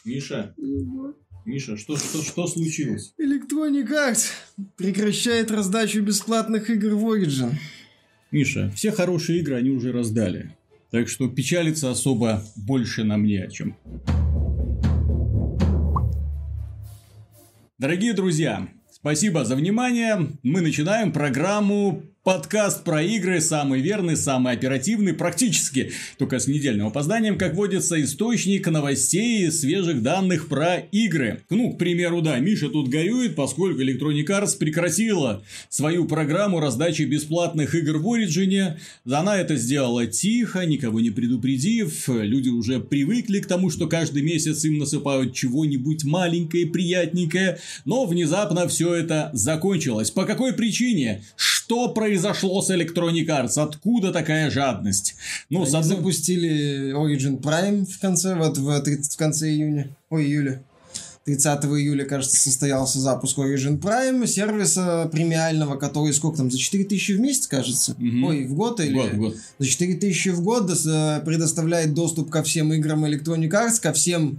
Миша, Миша, что случилось? Electronic Arts прекращает раздачу бесплатных игр в Origin. Миша, все хорошие игры они уже раздали. Так что печалиться особо больше нам не о чем. Дорогие друзья, спасибо за внимание. Мы начинаем программу подкаст про игры, самый верный, самый оперативный, практически только с недельным опозданием, как водится, источник новостей и свежих данных про игры. Ну, к примеру, да, Миша тут горюет, поскольку Electronic Arts прекратила свою программу раздачи бесплатных игр в Origin. Она это сделала тихо, никого не предупредив. Люди уже привыкли к тому, что каждый месяц им насыпают чего-нибудь маленькое, приятненькое. Но внезапно все это закончилось. По какой причине? Что произошло с Electronic Arts? Откуда такая жадность? Ну, они запустили Origin Prime в конце, в конце июля. 30 июля, кажется, состоялся запуск Origin Prime, сервиса премиального, который сколько там, за 4000 в месяц, кажется? Ой, в год или? Год. За 4000 в год предоставляет доступ ко всем играм Electronic Arts, ко всем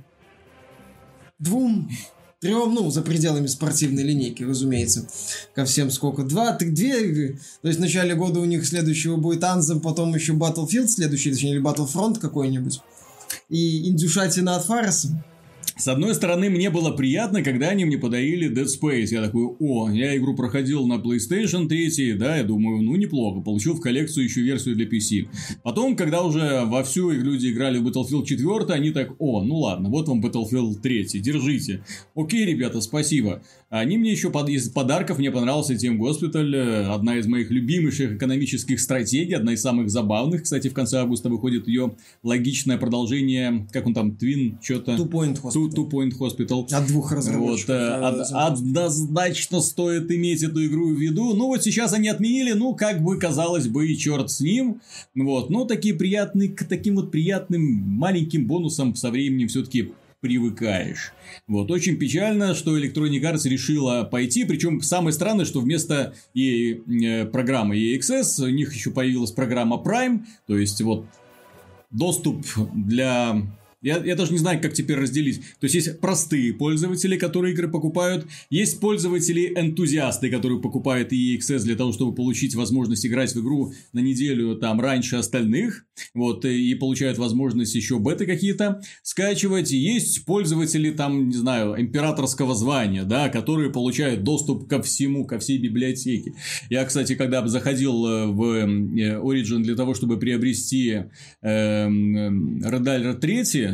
2-3, ну, за пределами спортивной линейки, разумеется. Ко всем сколько? 2 игры. То есть в начале года у них следующего будет Anthem, потом еще Battlefield следующий, точнее, или Battlefront какой-нибудь. И индюшатина от Фареса. С одной стороны, мне было приятно, когда они мне подарили Dead Space. Я такой, я игру проходил на PlayStation 3, да, я думаю, ну, неплохо. Получил в коллекцию еще версию для PC. Потом, когда уже вовсю люди играли в Battlefield 4, они так, ну ладно, вот вам Battlefield 3, держите. Окей, ребята, спасибо. Они мне еще из подарков, мне понравился Team Hospital, одна из моих любимейших экономических стратегий, одна из самых забавных. Кстати, в конце августа выходит ее логичное продолжение, как он там, Twin, что-то... Two Point Hospital. Two Point Hospital. От двух разработчиков. Вот, однозначно стоит иметь эту игру в виду. Ну, вот сейчас они отменили, ну, как бы, казалось бы, и черт с ним. Вот, но к таким вот приятным маленьким бонусам со временем все-таки привыкаешь. Вот, очень печально, что Electronic Arts решила пойти, причем самое странное, что вместо программы EA Access у них еще появилась программа Prime, то есть вот доступ для... Я даже не знаю, как теперь разделить. То есть простые пользователи, которые игры покупают. Есть пользователи-энтузиасты, которые покупают EA Access для того, чтобы получить возможность играть в игру на неделю там раньше остальных. Вот, и получают возможность еще беты какие-то скачивать. Есть пользователи там, не знаю, императорского звания, да, которые получают доступ ко всему, ко всей библиотеке. Я, кстати, когда заходил в Origin для того, чтобы приобрести Red Alert 3,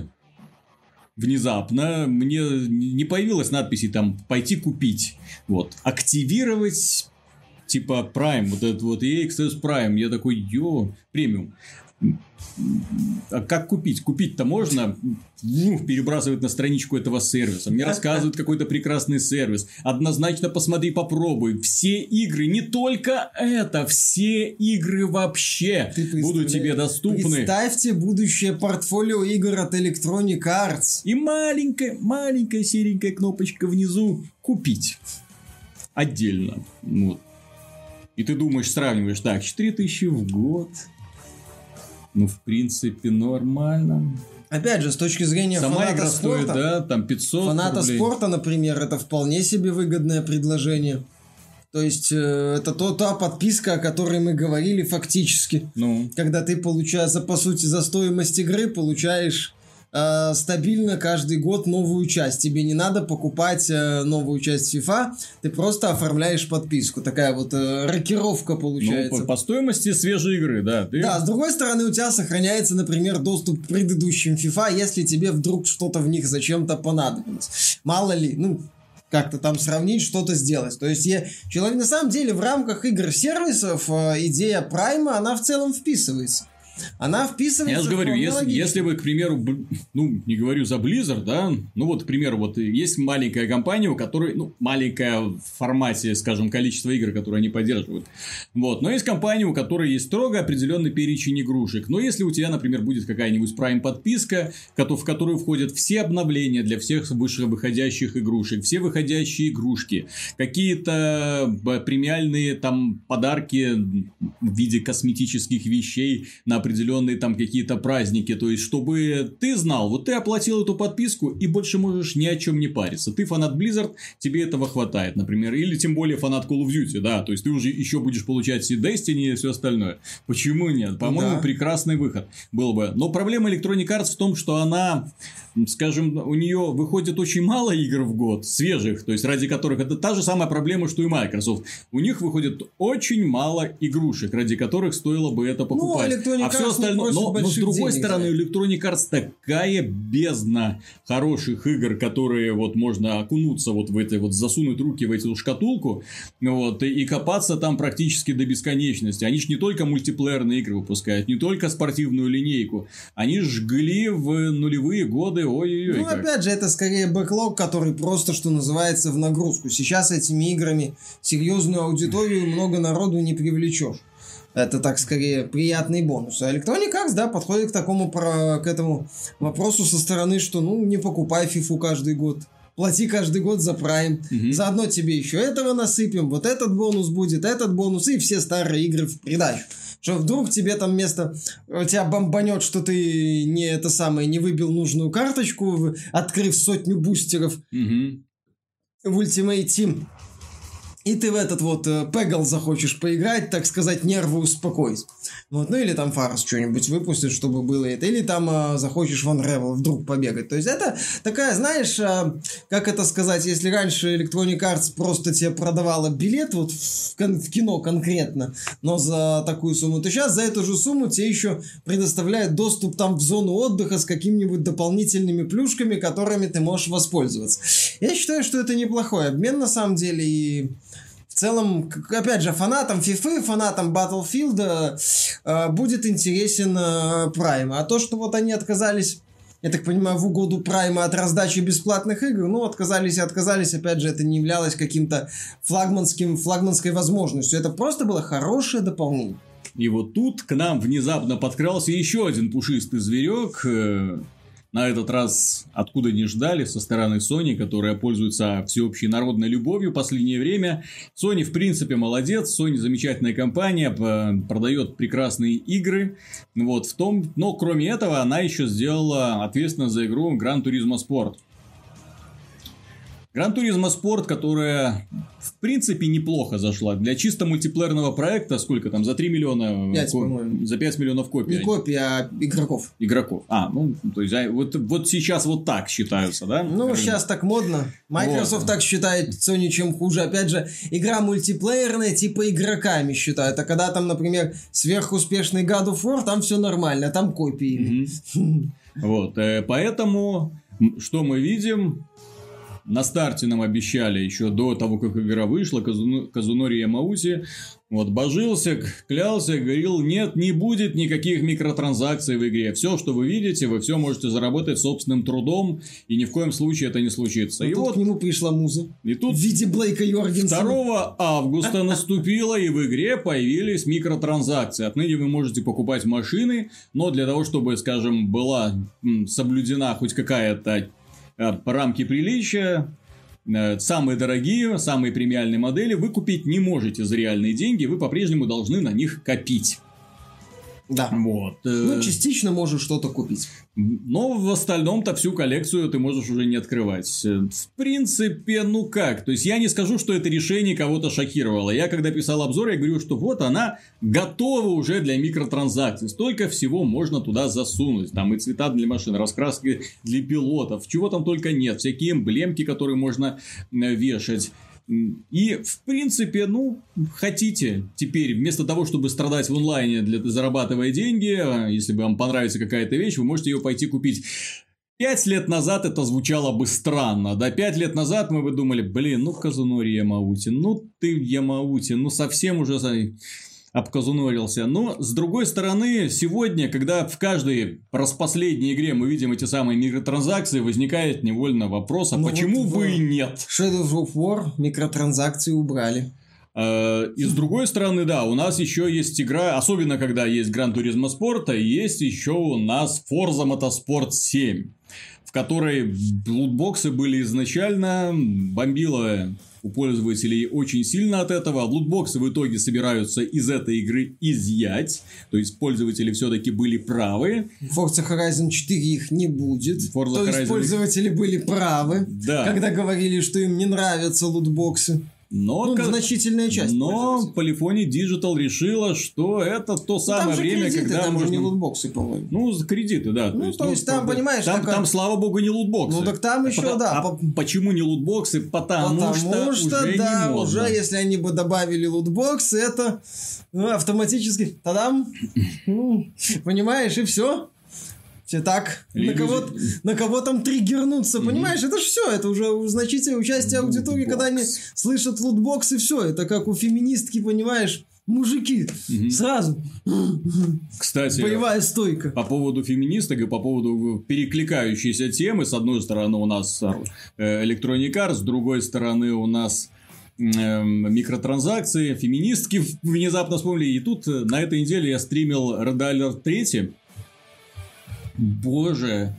внезапно мне не появилась надписи там «пойти купить». Вот. Активировать типа Prime, вот этот вот EA Access Prime. Я такой, премиум. А как купить? Купить-то можно перебрасывать на страничку этого сервиса. Мне рассказывают какой-то прекрасный сервис. Однозначно посмотри, попробуй. Все игры, не только это, все игры вообще будут тебе доступны. Представьте будущее портфолио игр от Electronic Arts. И маленькая серенькая кнопочка внизу «Купить». Отдельно. Вот. И ты думаешь, сравниваешь, так, 4000 в год... Ну, в принципе, нормально. Опять же, с точки зрения сама фаната игра спорта, стоит, да, там 500 фаната рублей. Спорта, например, это вполне себе выгодное предложение. То есть, это та подписка, о которой мы говорили фактически. Ну. Когда ты получаешь, по сути, за стоимость игры получаешь стабильно каждый год новую часть. Тебе не надо покупать новую часть FIFA, ты просто оформляешь подписку. Такая вот рокировка получается. Ну, по стоимости свежей игры, да. Да, с другой стороны, у тебя сохраняется, например, доступ к предыдущим FIFA, если тебе вдруг что-то в них зачем-то понадобилось. Мало ли, как-то там сравнить, что-то сделать. То есть, человек на самом деле в рамках игр-сервисов идея Прайма, она в целом вписывается. Она вписывается. Я же говорю, если вы, к примеру, не говорю за Blizzard, да, к примеру, вот есть маленькая компания, у которой, маленькая в формате, скажем, количество игр, которые они поддерживают. Вот, но есть компания, у которой есть строго определенный перечень игрушек. Но если у тебя, например, будет какая-нибудь Prime подписка, в которую входят все обновления для всех выходящих игрушек, все выходящие игрушки, какие-то премиальные там подарки в виде косметических вещей на определенные определенные там какие-то праздники. То есть, чтобы ты знал, вот ты оплатил эту подписку и больше можешь ни о чем не париться. Ты фанат Blizzard, тебе этого хватает, например. Или тем более фанат Call of Duty, да. То есть, ты уже еще будешь получать и Destiny и все остальное. Почему нет? По-моему, прекрасный выход был бы. Но проблема Electronic Arts в том, что она, скажем, у нее выходит очень мало игр в год, свежих, то есть ради которых это та же самая проблема, что и Microsoft. У них выходит очень мало игрушек, ради которых стоило бы это покупать. Ну, а все остальное. Но с другой стороны, у Electronic Arts такая бездна хороших игр, которые вот можно окунуться вот в этой вот, засунуть руки в эту шкатулку, вот, и копаться там практически до бесконечности. Они же не только мультиплеерные игры выпускают, не только спортивную линейку, они жгли в нулевые годы. Ой-ой-ой. Ну, опять же, это скорее бэклог, который просто, что называется, в нагрузку. Сейчас этими играми серьезную аудиторию много народу не привлечешь. Это так, скорее, приятный бонус. А Electronic Arts, да, подходит к этому вопросу со стороны, что, ну, не покупай FIFA каждый год. Плати каждый год за Prime. Заодно тебе еще этого насыпем. Вот этот бонус будет, этот бонус. И все старые игры в придачу. Что вдруг тебе там тебя бомбанет, что ты не выбил нужную карточку, открыв 100 бустеров в Ultimate Team. И ты в этот вот Peggle захочешь поиграть, так сказать, нервы успокоить. Вот, ну или там Фарс что-нибудь выпустит, чтобы было это. Или там захочешь в Unravel вдруг побегать. То есть это такая, знаешь, как это сказать, если раньше Electronic Arts просто тебе продавала билет вот в кино конкретно, но за такую сумму, то сейчас за эту же сумму тебе еще предоставляют доступ там в зону отдыха с какими-нибудь дополнительными плюшками, которыми ты можешь воспользоваться. Я считаю, что это неплохой обмен на самом деле, и в целом, опять же, фанатам FIFA, фанатам Battlefield будет интересен Prime. А то, что вот они отказались, я так понимаю, в угоду Prime от раздачи бесплатных игр, ну, отказались, опять же, это не являлось каким-то флагманской возможностью. Это просто было хорошее дополнение. И вот тут к нам внезапно подкрался еще один пушистый зверек. На этот раз откуда не ждали, со стороны Sony, которая пользуется всеобщей народной любовью в последнее время. Sony, в принципе, молодец. Sony замечательная компания, продает прекрасные игры. Вот, но кроме этого, она еще сделала ответственность за игру Gran Turismo Sport. Gran Turismo Sport, которая, в принципе, неплохо зашла. Для чисто мультиплеерного проекта, сколько там, за 3 миллиона... 5, по-моему. За 5 миллионов копий. Не копий, а игроков. Игроков. То есть, вот сейчас вот так считаются, да? Ну, сейчас так модно. Microsoft так считает, Sony чем хуже. Опять же, игра мультиплеерная, типа игроками считают. А когда там, например, сверхуспешный God of War, там все нормально, там копии. Вот, поэтому, что мы видим... На старте нам обещали, еще до того, как игра вышла, Казунори Ямаути вот божился, клялся, говорил, нет, не будет никаких микротранзакций в игре. Все, что вы видите, вы все можете заработать собственным трудом, и ни в коем случае это не случится. И тут к нему пришла муза. И тут в виде Блейка Йоргенсена. 2 августа наступило, и в игре появились микротранзакции. Отныне вы можете покупать машины, но для того, чтобы, скажем, была соблюдена хоть какая-то рамки приличия, самые дорогие, самые премиальные модели вы купить не можете за реальные деньги, вы по-прежнему должны на них копить. Да. Вот. Ну, частично можешь что-то купить. Но в остальном-то всю коллекцию ты можешь уже не открывать. В принципе, ну как? То есть, я не скажу, что это решение кого-то шокировало. Я когда писал обзор, я говорю, что вот она готова уже для микротранзакций. Столько всего можно туда засунуть. Там и цвета для машин, раскраски для пилотов. Чего там только нет. Всякие эмблемки, которые можно вешать. И, в принципе, ну, хотите теперь, вместо того, чтобы страдать в онлайне, зарабатывая деньги, если бы вам понравится какая-то вещь, вы можете ее пойти купить. 5 лет назад это звучало бы странно, да, 5 лет назад мы бы думали, блин, ну, Казунори Ямаути, ну, ты Ямаути, ну, совсем уже обказунорился. Но, с другой стороны, сегодня, когда в каждой распоследней игре мы видим эти самые микротранзакции, возникает невольно вопрос, а почему вот вы нет? Shadow of War микротранзакции убрали. И с другой стороны, да, у нас еще есть игра, особенно когда есть Gran Turismo Sport, есть еще у нас Forza Motorsport 7, в которой лутбоксы были изначально, бомбило у пользователей очень сильно от этого. Лутбоксы в итоге собираются из этой игры изъять. То есть, пользователи все-таки были правы. Forza Horizon 4 их не будет. То есть, пользователи были правы, да. когда говорили, что им не нравятся лутбоксы. Но значительная часть. Но Polyphony Digital решила, что это то самое время, кредиты, когда там можно... же не лутбоксы, по-моему. Ну, кредиты, да. То есть там, понимаешь... Там, слава богу, не лутбоксы. Ну, так там еще, да. Почему не лутбоксы? Потому что уже да, не можно. Уже если они бы добавили лутбоксы, это автоматически... Тадам! Понимаешь, и все. Все так, на кого там триггернуться, понимаешь? Это же все, это уже значительное участие аудитории, когда они слышат лутбокс, и все. Это как у феминистки, понимаешь, мужики сразу. Кстати, боевая стойка. По поводу феминисток и по поводу перекликающейся темы, с одной стороны у нас Electronic Arts, с другой стороны у нас микротранзакции, феминистки внезапно вспомнили. И тут на этой неделе я стримил Red Alert 3. Боже,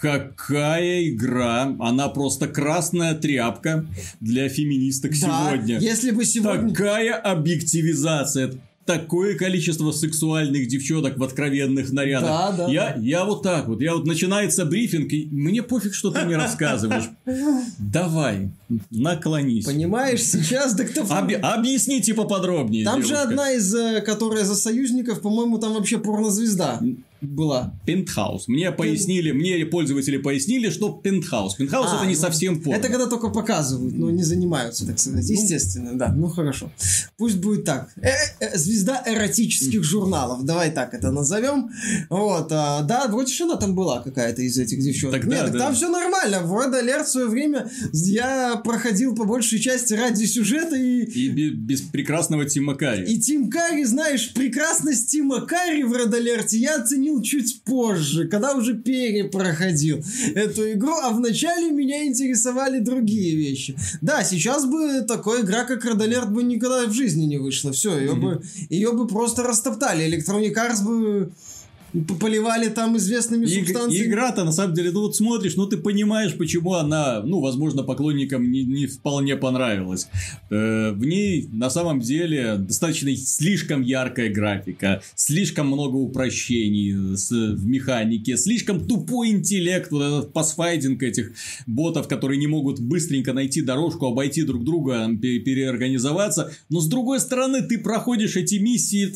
какая игра! Она просто красная тряпка для феминисток сегодня. Если бы сегодня... Такая объективизация. Такое количество сексуальных девчонок в откровенных нарядах. Да. Я вот так вот. Начинается брифинг, и мне пофиг, что ты мне рассказываешь. Давай, наклонись. Понимаешь, сейчас... Объясните поподробнее. Там девушка. же одна из, которая за союзников, по-моему, там вообще порнозвезда была. Пентхаус. Мне пользователи пояснили, что Пентхаус. Пентхаус это не совсем порно. Это когда только показывают, но не занимаются, так сказать. Естественно, да. Ну хорошо. Пусть будет так. Звезда эротических журналов. Давай так это назовем. Вот. Да, вроде же она там была какая-то из этих девчонок. Нет, там все нормально. В Red Alert в свое время я проходил по большей части ради сюжета и без прекрасного Тима Карри. И Тим Карри, знаешь, прекрасность Тима Карри в Red Alert я оценил чуть позже, когда уже перепроходил эту игру, а вначале меня интересовали другие вещи. Да, сейчас бы такая игра, как Red Alert, бы никогда в жизни не вышла. Все, ее бы просто растоптали. Electronic Arts бы поливали там известными субстанциями. Игра-то, на самом деле, вот смотришь, ты понимаешь, почему она, возможно, поклонникам не вполне понравилась. В ней, на самом деле, достаточно слишком яркая графика, слишком много упрощений в механике, слишком тупой интеллект, вот этот пасфайдинг этих ботов, которые не могут быстренько найти дорожку, обойти друг друга, переорганизоваться. Но, с другой стороны, ты проходишь эти миссии...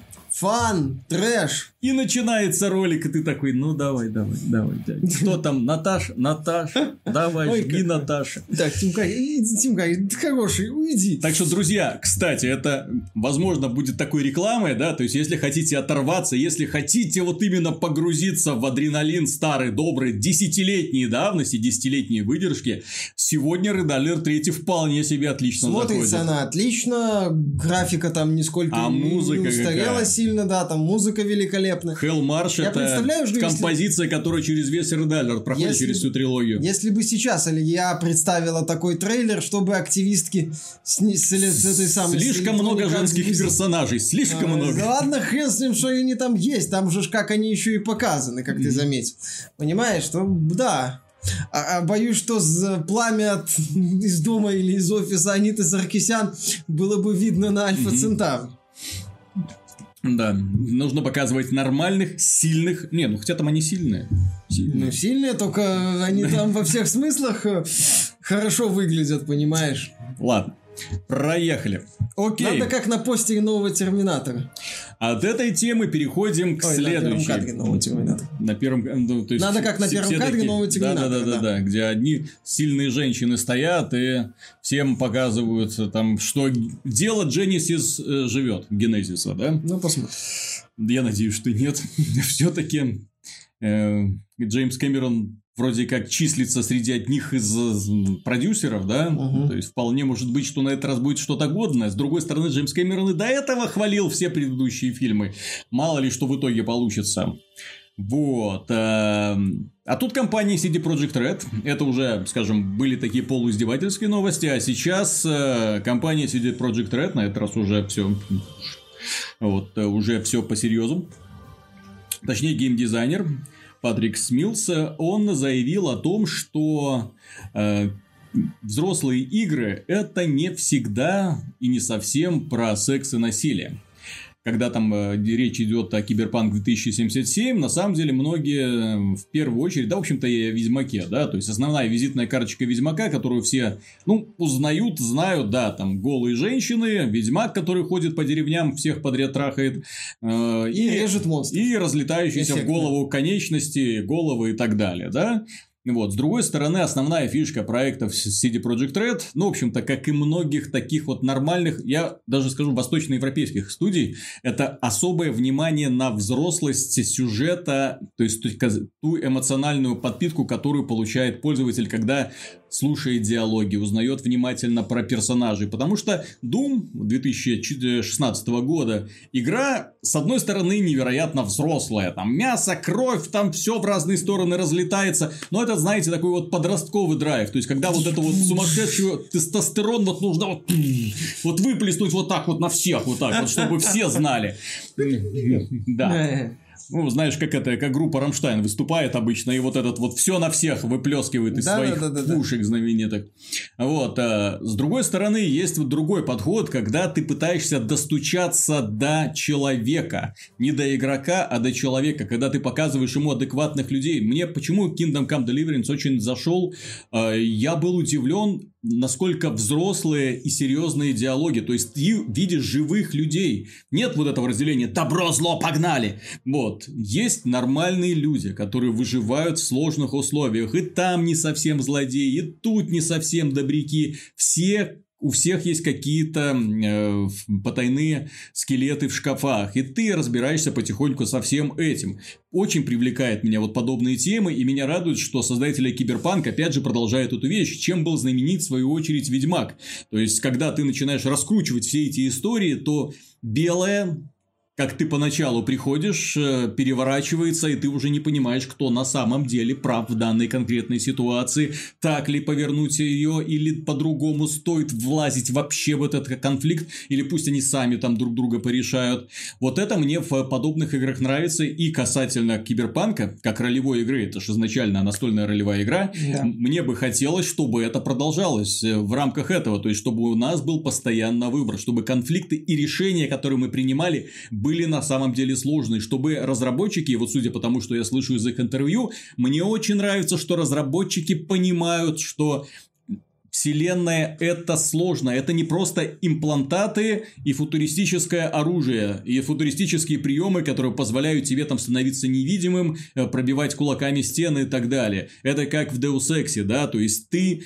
Фан, трэш. И начинается ролик, и ты такой, давай. Кто там? Наташа, давай, жги Наташа. Так, Тимка, ты хороший, уйди. Так что, друзья, кстати, это, возможно, будет такой рекламой, да, то есть, если хотите оторваться, если хотите вот именно погрузиться в адреналин старый, добрый, десятилетней давности, десятилетней выдержки, сегодня Red Alert 3 вполне себе отлично смотрится заходит. Она отлично, графика там нисколько не устарела сильно, да, там музыка великолепная. Hell March это композиция, которая через весь Red Alert проходит, через всю трилогию. Если бы сейчас я представила такой трейлер, чтобы активистки с этой самой... Слишком много женских персонажей, слишком много. Да ладно, хрен с ним, что они там есть, там же как они еще и показаны, как ты заметил. Понимаешь, что да... боюсь, что пламя из дома или из офиса Аниты Саркисян было бы видно на Альфа Центавр. Да, нужно показывать нормальных, сильных... хотя там они сильные. Сильные, только они там во всех смыслах хорошо выглядят, понимаешь? Ладно, проехали. Окей. Надо как на постере нового Терминатора. От этой темы переходим к следующей. На первом кадре нового Терминатора. То есть надо как на первом кадре нового Терминатора. Да, где одни сильные женщины стоят и всем показывают, там, что дело Genesis живет. Генезиса, да? Посмотрим. Я надеюсь, что нет. Все-таки Джеймс Кэмерон вроде как числится среди одних из продюсеров, да? То есть, вполне может быть, что на этот раз будет что-то годное. С другой стороны, Джеймс Кэмерон и до этого хвалил все предыдущие фильмы. Мало ли, что в итоге получится. Вот. А тут компания CD Projekt Red. Это уже, скажем, были такие полуиздевательские новости. А сейчас компания CD Projekt Red, на этот раз уже все... Вот, уже все по-серьезу. Точнее, геймдизайнер Патрик Смилс, он заявил о том, что взрослые игры это не всегда и не совсем про секс и насилие. Когда там речь идет о Киберпанк 2077, на самом деле многие в первую очередь, да, в общем-то, и о Ведьмаке, да, то есть основная визитная карточка Ведьмака, которую все, узнают, знают, да, там голые женщины, Ведьмак, который ходит по деревням, всех подряд трахает, и режет монстров. И разлетающиеся в голову конечности, головы и так далее, да. Вот. С другой стороны, основная фишка проектов CD Projekt Red, в общем-то, как и многих таких вот нормальных, я даже скажу, восточноевропейских студий, это особое внимание на взрослость сюжета, то есть ту эмоциональную подпитку, которую получает пользователь, когда слушает диалоги, узнает внимательно про персонажей. Потому что Doom 2016 года игра, с одной стороны, невероятно взрослая. Там мясо, кровь, там все в разные стороны разлетается. Но это, знаете, такой вот подростковый драйв. То есть, когда вот это вот сумасшедший тестостерон вот нужно вот выплеснуть вот так вот на всех, вот так вот, чтобы все знали. Да. Знаешь, как группа Рамштайн выступает обычно, и вот этот вот все на всех выплескивает из своих пушек знаменитых. Вот. С другой стороны, есть вот другой подход, когда ты пытаешься достучаться до человека. Не до игрока, а до человека. Когда ты показываешь ему адекватных людей. Мне почему Kingdom Come Deliverance очень зашел. Я был удивлен, насколько взрослые и серьезные диалоги. То есть, ты видишь живых людей. Нет вот этого разделения добро, зло, погнали. Вот. Есть нормальные люди, которые выживают в сложных условиях. И там не совсем злодеи, и тут не совсем добряки. У всех есть какие-то потайные скелеты в шкафах. И ты разбираешься потихоньку со всем этим. Очень привлекает меня вот подобные темы. И меня радует, что создатели Киберпанк опять же продолжают эту вещь. Чем был знаменит в свою очередь Ведьмак. То есть, когда ты начинаешь раскручивать все эти истории, то белое... Как ты поначалу приходишь, переворачивается, и ты уже не понимаешь, кто на самом деле прав в данной конкретной ситуации. Так ли повернуть ее, или по-другому стоит влазить вообще в этот конфликт, или пусть они сами там друг друга порешают. Вот это мне в подобных играх нравится. И касательно Киберпанка, как ролевой игры, это же изначально настольная ролевая игра, да. Мне бы хотелось, чтобы это продолжалось в рамках этого. То есть, чтобы у нас был постоянно выбор, чтобы конфликты и решения, которые мы принимали, были на самом деле сложные, чтобы разработчики, вот судя по тому, что я слышу из их интервью, мне очень нравится, что разработчики понимают, что Вселенная это сложно, это не просто имплантаты и футуристическое оружие, и футуристические приемы, которые позволяют тебе там становиться невидимым, пробивать кулаками стены и так далее. Это как в Deus Ex, да, то есть ты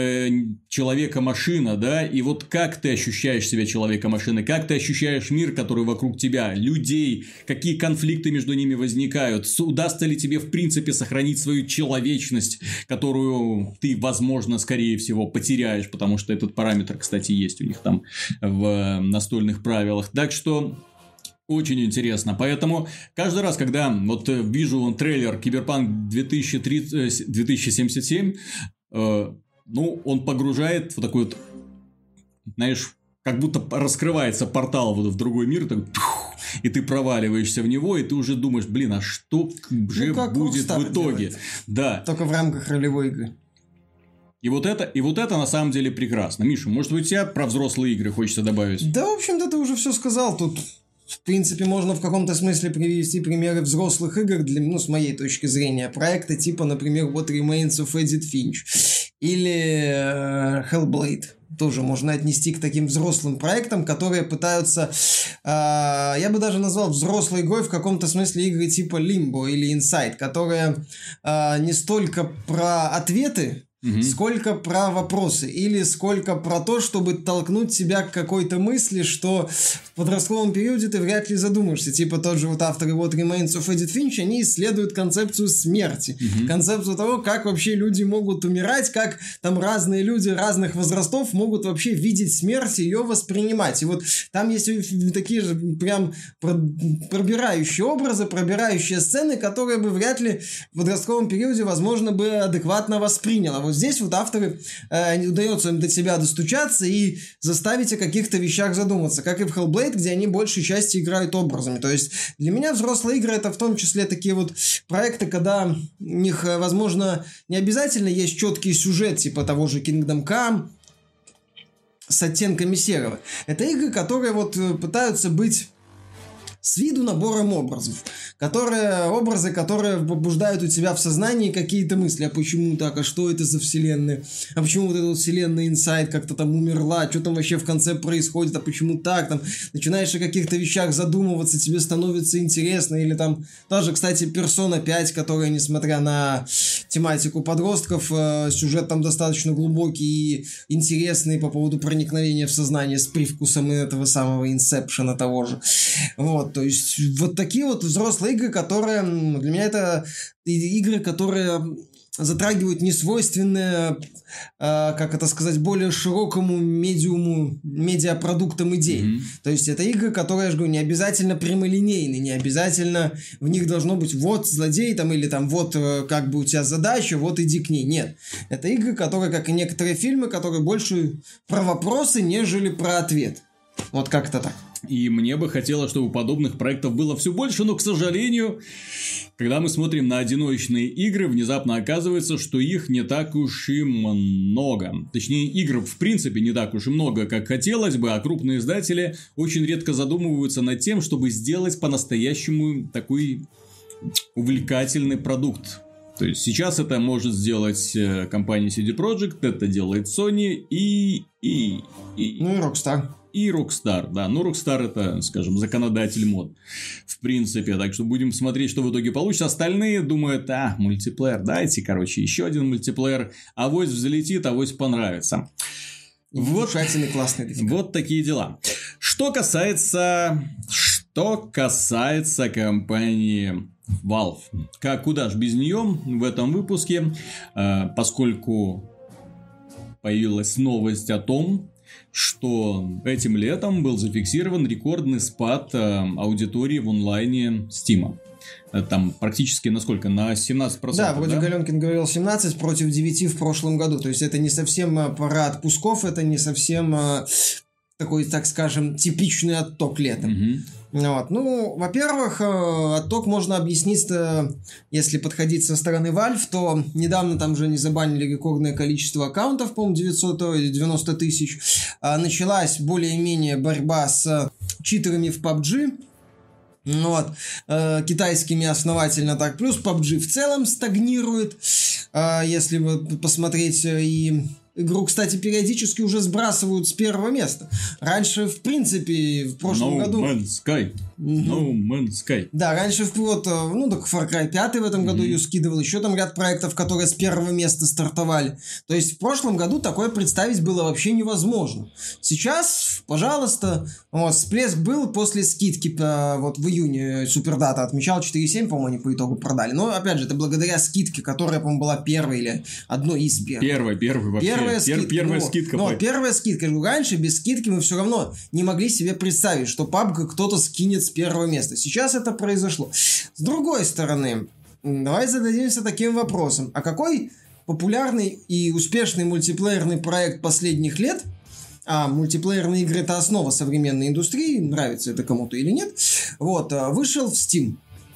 человека-машина, да, и вот как ты ощущаешь себя человека-машиной, как ты ощущаешь мир, который вокруг тебя, людей, какие конфликты между ними возникают, удастся ли тебе в принципе сохранить свою человечность, которую ты, возможно, скорее всего потеряешь, потому что этот параметр, кстати, есть у них там в настольных правилах. Так что очень интересно. Поэтому каждый раз, когда вот вижу трейлер Киберпанк 2077, он погружает в такой вот, знаешь, как будто раскрывается портал вот в другой мир, так, и ты проваливаешься в него, и ты уже думаешь, блин, а что же будет в итоге? Делает. Да. Только в рамках ролевой игры. И вот это на самом деле прекрасно. Миша, может быть, тебя про взрослые игры хочется добавить? Да, в общем-то, ты уже все сказал. Тут, в принципе, можно в каком-то смысле привести примеры взрослых игр, с моей точки зрения. Проекты типа, например, What Remains of Edith Finch. Или Hellblade. Тоже можно отнести к таким взрослым проектам, которые пытаются... я бы даже назвал взрослой игрой в каком-то смысле игры типа Limbo или Inside, которые не столько про ответы сколько про вопросы, или сколько про то, чтобы толкнуть тебя к какой-то мысли, что в подростковом периоде ты вряд ли задумаешься. Типа тот же вот авторы What Remains of Edith Finch, они исследуют концепцию смерти, концепцию того, как вообще люди могут умирать, как там разные люди разных возрастов могут вообще видеть смерть и ее воспринимать. И вот там есть такие же прям пробирающие образы, пробирающие сцены, которые бы вряд ли в подростковом периоде, возможно, бы адекватно воспринял. А вот здесь вот авторы удается им до себя достучаться и заставить о каких-то вещах задуматься, как и в Hellblade, где они большей части играют образами. То есть для меня взрослые игры — это в том числе такие вот проекты, когда у них, возможно, не обязательно есть четкий сюжет, типа того же Kingdom Come с оттенками серого. Это игры, которые вот пытаются быть с виду набором образов, образы, которые побуждают у тебя в сознании какие-то мысли. А почему так? А что это за вселенная? А почему вот эта вот вселенная Inside как-то там умерла? Что там вообще в конце происходит? А почему так? Там начинаешь о каких-то вещах задумываться, тебе становится интересно. Или там даже, кстати, Persona 5, которая, несмотря на тематику подростков, сюжет там достаточно глубокий и интересный по поводу проникновения в сознание с привкусом этого самого Inception того же. Вот. То есть, вот такие вот взрослые игры, которые... Для меня это игры, которые затрагивают несвойственные, как это сказать, более широкому медиапродуктам идей. То есть, это игры, которые, я же говорю, не обязательно прямолинейные, не обязательно в них должно быть вот злодей там, или там вот как бы у тебя задача, вот иди к ней. Нет. Это игры, которые, как и некоторые фильмы, которые больше про вопросы, нежели про ответ. Вот как-то так. И мне бы хотелось, чтобы подобных проектов было все больше, но, к сожалению, когда мы смотрим на одиночные игры, внезапно оказывается, что их не так уж и много. Точнее, игр в принципе не так уж и много, как хотелось бы, а крупные издатели очень редко задумываются над тем, чтобы сделать по-настоящему такой увлекательный продукт. То есть, сейчас это может сделать компания CD Projekt, это делает Sony и Rockstar. И Rockstar, да. Ну, Rockstar это, скажем, законодатель мод. В принципе. Так что будем смотреть, что в итоге получится. Остальные думают, мультиплеер, дайте, короче, еще один мультиплеер. Авось взлетит, авось понравится. Вот классный. Вот такие дела. Что касается компании Valve. Куда ж без нее в этом выпуске, поскольку появилась новость о том, что этим летом был зафиксирован рекордный спад аудитории в онлайне Steam. Там практически на сколько? На 17%. Да, вроде Галенкин говорил 17 против 9 в прошлом году. То есть, это не совсем пора отпусков, это не совсем такой, так скажем, типичный отток летом. Вот. Ну, во-первых, отток можно объяснить, если подходить со стороны Valve, то недавно там же не забанили рекордное количество аккаунтов, по-моему, 990 тысяч. Началась более-менее борьба с читерами в PUBG. Вот. Китайскими основательно так. Плюс PUBG в целом стагнирует. Если посмотреть и... Игру, кстати, периодически уже сбрасывают с первого места. Раньше, в принципе, в прошлом году... No Man's Sky. No Man's Sky. Да, раньше, так Far Cry 5 в этом году ее скидывал. Еще там ряд проектов, которые с первого места стартовали. То есть, в прошлом году такое представить было вообще невозможно. Сейчас, пожалуйста, всплеск был после скидки. Вот в июне Супердата отмечал 4.7, по-моему, они по итогу продали. Но, опять же, это благодаря скидке, которая, по-моему, была первой или одной из первых. Первой вообще. Первая скидка. Первая скидка. Раньше без скидки мы все равно не могли себе представить, что PUBG кто-то скинет с первого места. Сейчас это произошло. С другой стороны, давай зададимся таким вопросом. А какой популярный и успешный мультиплеерный проект последних лет, а мультиплеерные игры — это основа современной индустрии, нравится это кому-то или нет, вышел в Steam?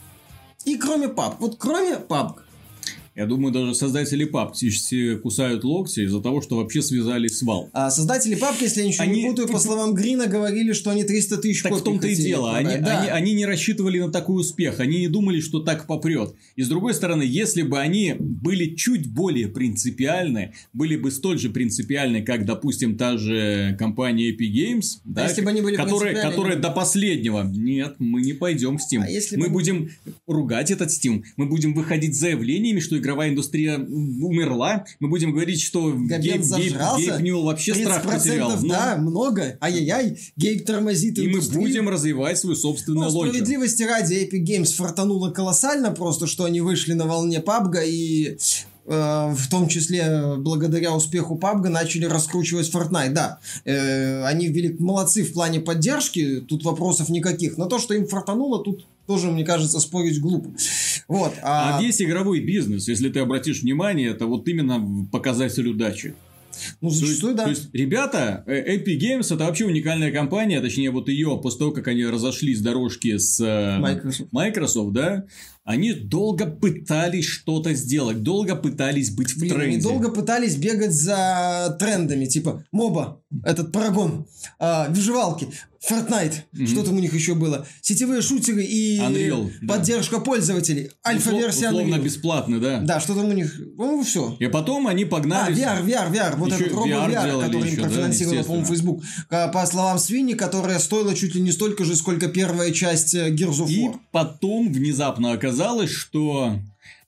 И кроме PUBG, я думаю, даже создатели PUBG все кусают локти из-за того, что вообще связались с Valve. А создатели PUBG, если я ничего не путаю, по словам Грина, говорили, что они 300 тысяч копий. Так в том-то и дело. Они не рассчитывали на такой успех. Они не думали, что так попрет. И с другой стороны, если бы они были чуть более принципиальны, были бы столь же принципиальны, как, допустим, та же компания Epic Games, если бы они были которая до последнего: нет, мы не пойдем в Steam. Мы будем ругать этот Steam. Мы будем выходить с заявлениями, что игра игровая индустрия умерла. Мы будем говорить, что Гейб Ньюэлл вообще страх потерял. Да, много. Ай-яй-яй, Гейб тормозит индустрию. И мы будем развивать свою собственную логику. Справедливости ради, Epic Games фартануло колоссально просто, что они вышли на волне PUBG и... в том числе благодаря успеху PUBG начали раскручивать Fortnite. Да, они молодцы в плане поддержки, тут вопросов никаких. Но то, что им фартануло, тут тоже, мне кажется, спорить глупо. Вот. А весь игровой бизнес, если ты обратишь внимание, это вот именно показатель удачи. Ну, зачастую, да. То есть, ребята, Epic Games это вообще уникальная компания, точнее, вот ее, после того, как они разошлись с дорожки с Microsoft, да, они долго пытались что-то сделать, долго пытались быть в тренде. Они долго пытались бегать за трендами, типа моба, этот Парагон, выживалки, Fortnite, что там у них еще было, сетевые шутеры и Unreal, поддержка пользователей, альфа-версия Unreal. Условно бесплатно, да. Да, что там у них, ну все. И потом они погнали... VR, вот этот робо-VR, который им профинансировал, по-моему, Facebook. По словам Свинни, которая стоила чуть ли не столько же, сколько первая часть Gears of War. И потом внезапно оказалось, что...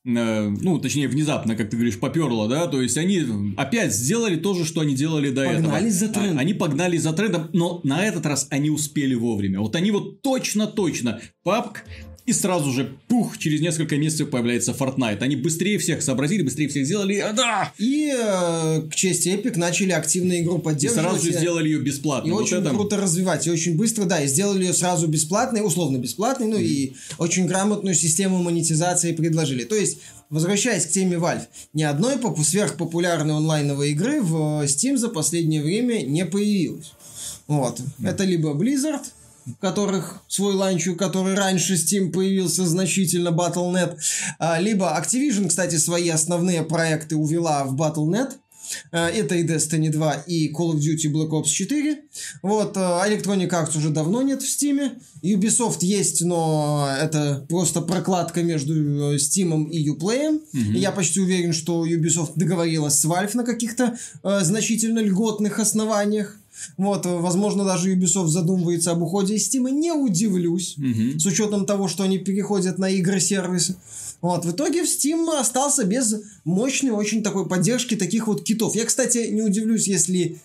Ну, точнее, внезапно, как ты говоришь, поперло, да, то есть они опять сделали то же, что они делали до этого. Погнались за трендом. Они погнались за трендом, но на этот раз они успели вовремя. Вот они вот точно PUBG, и сразу же, пух, через несколько месяцев появляется Fortnite. Они быстрее всех сообразили, быстрее всех сделали. Да! И к чести Epic начали активно игру поддерживать. И сразу же сделали ее бесплатной. И вот очень круто развивать. И очень быстро, да, и сделали ее сразу бесплатной, условно бесплатной, ну и очень грамотную систему монетизации предложили. То есть, возвращаясь к теме Valve, ни одной сверхпопулярной онлайновой игры в Steam за последнее время не появилось. Вот. Это либо Blizzard, у которых свой ланчер, который раньше Steam появился значительно, Battle.net, либо Activision, кстати, свои основные проекты увела в Battle.net. Это и Destiny 2, и Call of Duty Black Ops 4. Вот, Electronic Arts уже давно нет в Steam. Ubisoft есть, но это просто прокладка между Steam и Uplay. И я почти уверен, что Ubisoft договорилась с Valve на каких-то значительно льготных основаниях. Вот, возможно, даже Ubisoft задумывается об уходе из Steam, не удивлюсь, с учетом того, что они переходят на игры-сервисы. Вот, в итоге в Steam остался без мощной очень такой поддержки таких вот китов. Я, кстати, не удивлюсь, если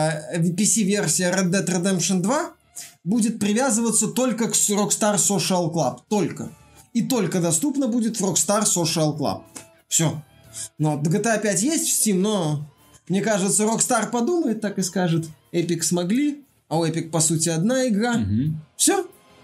PC-версия Red Dead Redemption 2 будет привязываться только к Rockstar Social Club. Только. И только доступна будет в Rockstar Social Club. Все. Но GTA 5 есть в Steam, но... Мне кажется, Rockstar подумает, так и скажет. Epic смогли, а у Epic, по сути, одна игра. Все.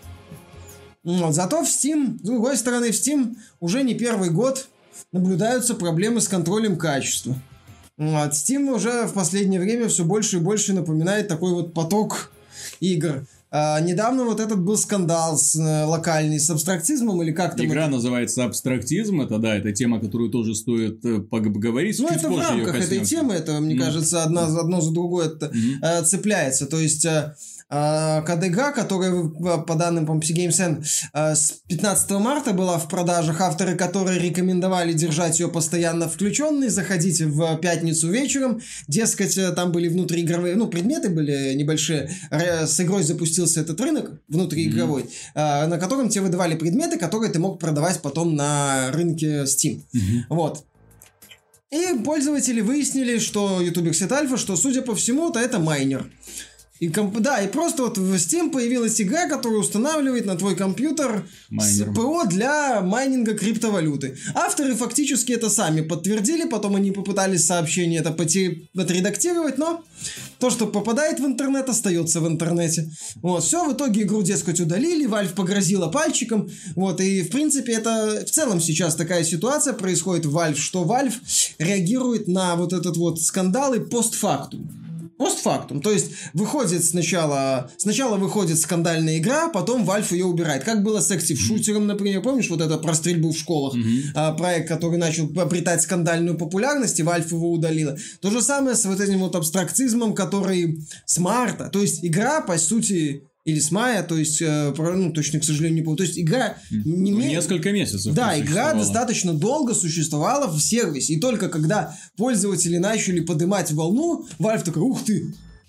Вот. Зато в Steam, с другой стороны, в Steam уже не первый год наблюдаются проблемы с контролем качества. Вот. Steam уже в последнее время все больше и больше напоминает такой вот поток игр. Недавно вот этот был скандал локальный с абстракцизмом или как-то... Игра называется «Абстрактизм», это да, это тема, которую тоже стоит поговорить. Ну, это в рамках этой темы, это, мне кажется, одно за другое цепляется. То есть... КДГ, которая, по данным PC Games с 15 марта была в продажах, авторы которой рекомендовали держать ее постоянно включенной, заходите в пятницу вечером, дескать, там были внутриигровые, ну, предметы были небольшие, с игрой запустился этот рынок внутриигровой, на котором тебе выдавали предметы, которые ты мог продавать потом на рынке Steam. Вот. И пользователи выяснили, что YouTube Exit Alpha, что, судя по всему, это майнер. И просто вот в Steam появилась игра, которая устанавливает на твой компьютер ПО для майнинга криптовалюты. Авторы фактически это сами подтвердили, потом они попытались сообщение это отредактировать, но то, что попадает в интернет, остается в интернете. Вот, все, в итоге игру, дескать, удалили, Valve погрозила пальчиком, вот, и в принципе это в целом сейчас такая ситуация происходит в Valve, что Valve реагирует на вот этот вот скандал и постфактум. Постфактум. То есть, выходит сначала выходит скандальная игра, потом Valve ее убирает. Как было с Active Shooter, например. Помнишь вот это про стрельбу в школах? Проект, который начал обретать скандальную популярность, и Valve его удалила. То же самое с вот этим вот абстракцизмом, который с марта. То есть, игра, по сути... Или с мая, то есть, точно, к сожалению, не помню. То есть, игра... Несколько месяцев. Да, игра достаточно долго существовала в сервисе. И только когда пользователи начали поднимать волну, Valve такой, ух ты,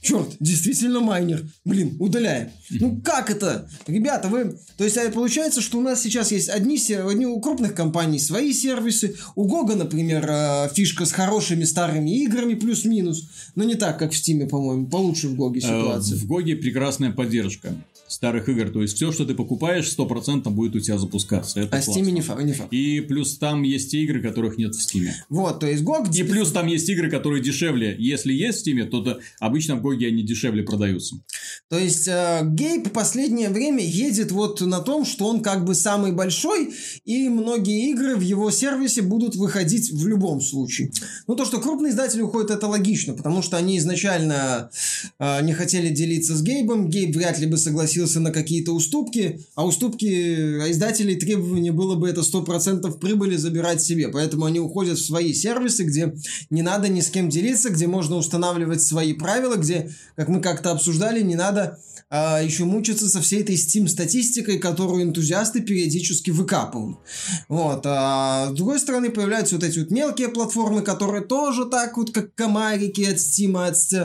Черт, действительно майнер. Блин, удаляем. Ну как это? Ребята, вы... То есть получается, что у нас сейчас есть одни у крупных компаний свои сервисы. У Гога, например, фишка с хорошими старыми играми плюс-минус. Но не так, как в Стиме, по-моему. Получше в Гоге ситуация. В Гоге прекрасная поддержка старых игр. То есть, все, что ты покупаешь, 100% будет у тебя запускаться. Это в Стиме не факт. И плюс там есть те игры, которых нет в Стиме. Вот, то есть Гог... И плюс там есть игры, которые дешевле. Если есть в Стиме, то обычно в Гоге они дешевле продаются. То есть Гейб в последнее время едет вот на том, что он как бы самый большой, и многие игры в его сервисе будут выходить в любом случае. Ну, то, что крупные издатели уходят, это логично, потому что они изначально не хотели делиться с Гейбом. Гейб вряд ли бы согласился на какие-то уступки, а уступки издателей требования было бы это 100% прибыли забирать себе. Поэтому они уходят в свои сервисы, где не надо ни с кем делиться, где можно устанавливать свои правила, где, как мы как-то обсуждали, не надо еще мучиться со всей этой Steam-статистикой, которую энтузиасты периодически выкапывают. Вот. А с другой стороны, появляются вот эти вот мелкие платформы, которые тоже так вот, как комарики от Steam,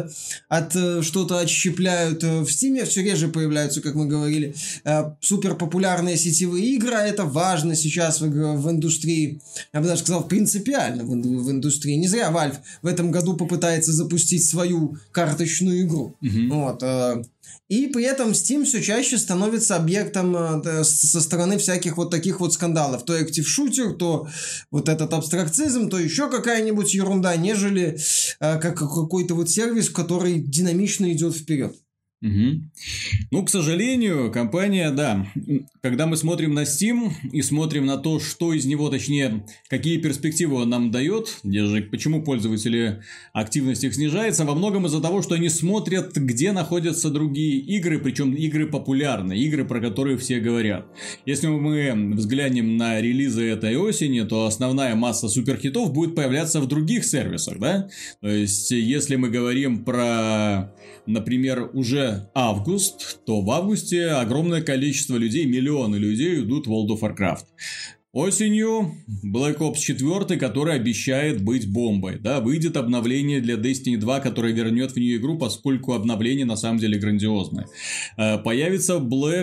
от что-то отщепляют. В Steam все реже появляются, как мы говорили, супер популярные сетевые игры. Это важно сейчас в индустрии. Я бы даже сказал, принципиально в индустрии. Не зря Valve в этом году попытается запустить свою карточную игру. Вот. И при этом Steam все чаще становится объектом со стороны всяких вот таких вот скандалов. То Active Shooter, то вот этот абстракцизм, то еще какая-нибудь ерунда, нежели как какой-то вот сервис, который динамично идет вперед. Ну, к сожалению, компания, да, когда мы смотрим на Steam и смотрим на то, что из него, точнее, какие перспективы он нам дает, почему пользователи активность их снижается, во многом из-за того, что они смотрят, где находятся другие игры, причем игры популярные, игры, про которые все говорят. Если мы взглянем на релизы этой осени, то основная масса суперхитов будет появляться в других сервисах, да? То есть, если мы говорим про... Например, уже август, то в августе огромное количество людей, миллионы людей идут в World of Warcraft. Осенью Black Ops 4, который обещает быть бомбой. Да, выйдет обновление для Destiny 2, которое вернет в нее игру, поскольку обновление на самом деле грандиозное. Появится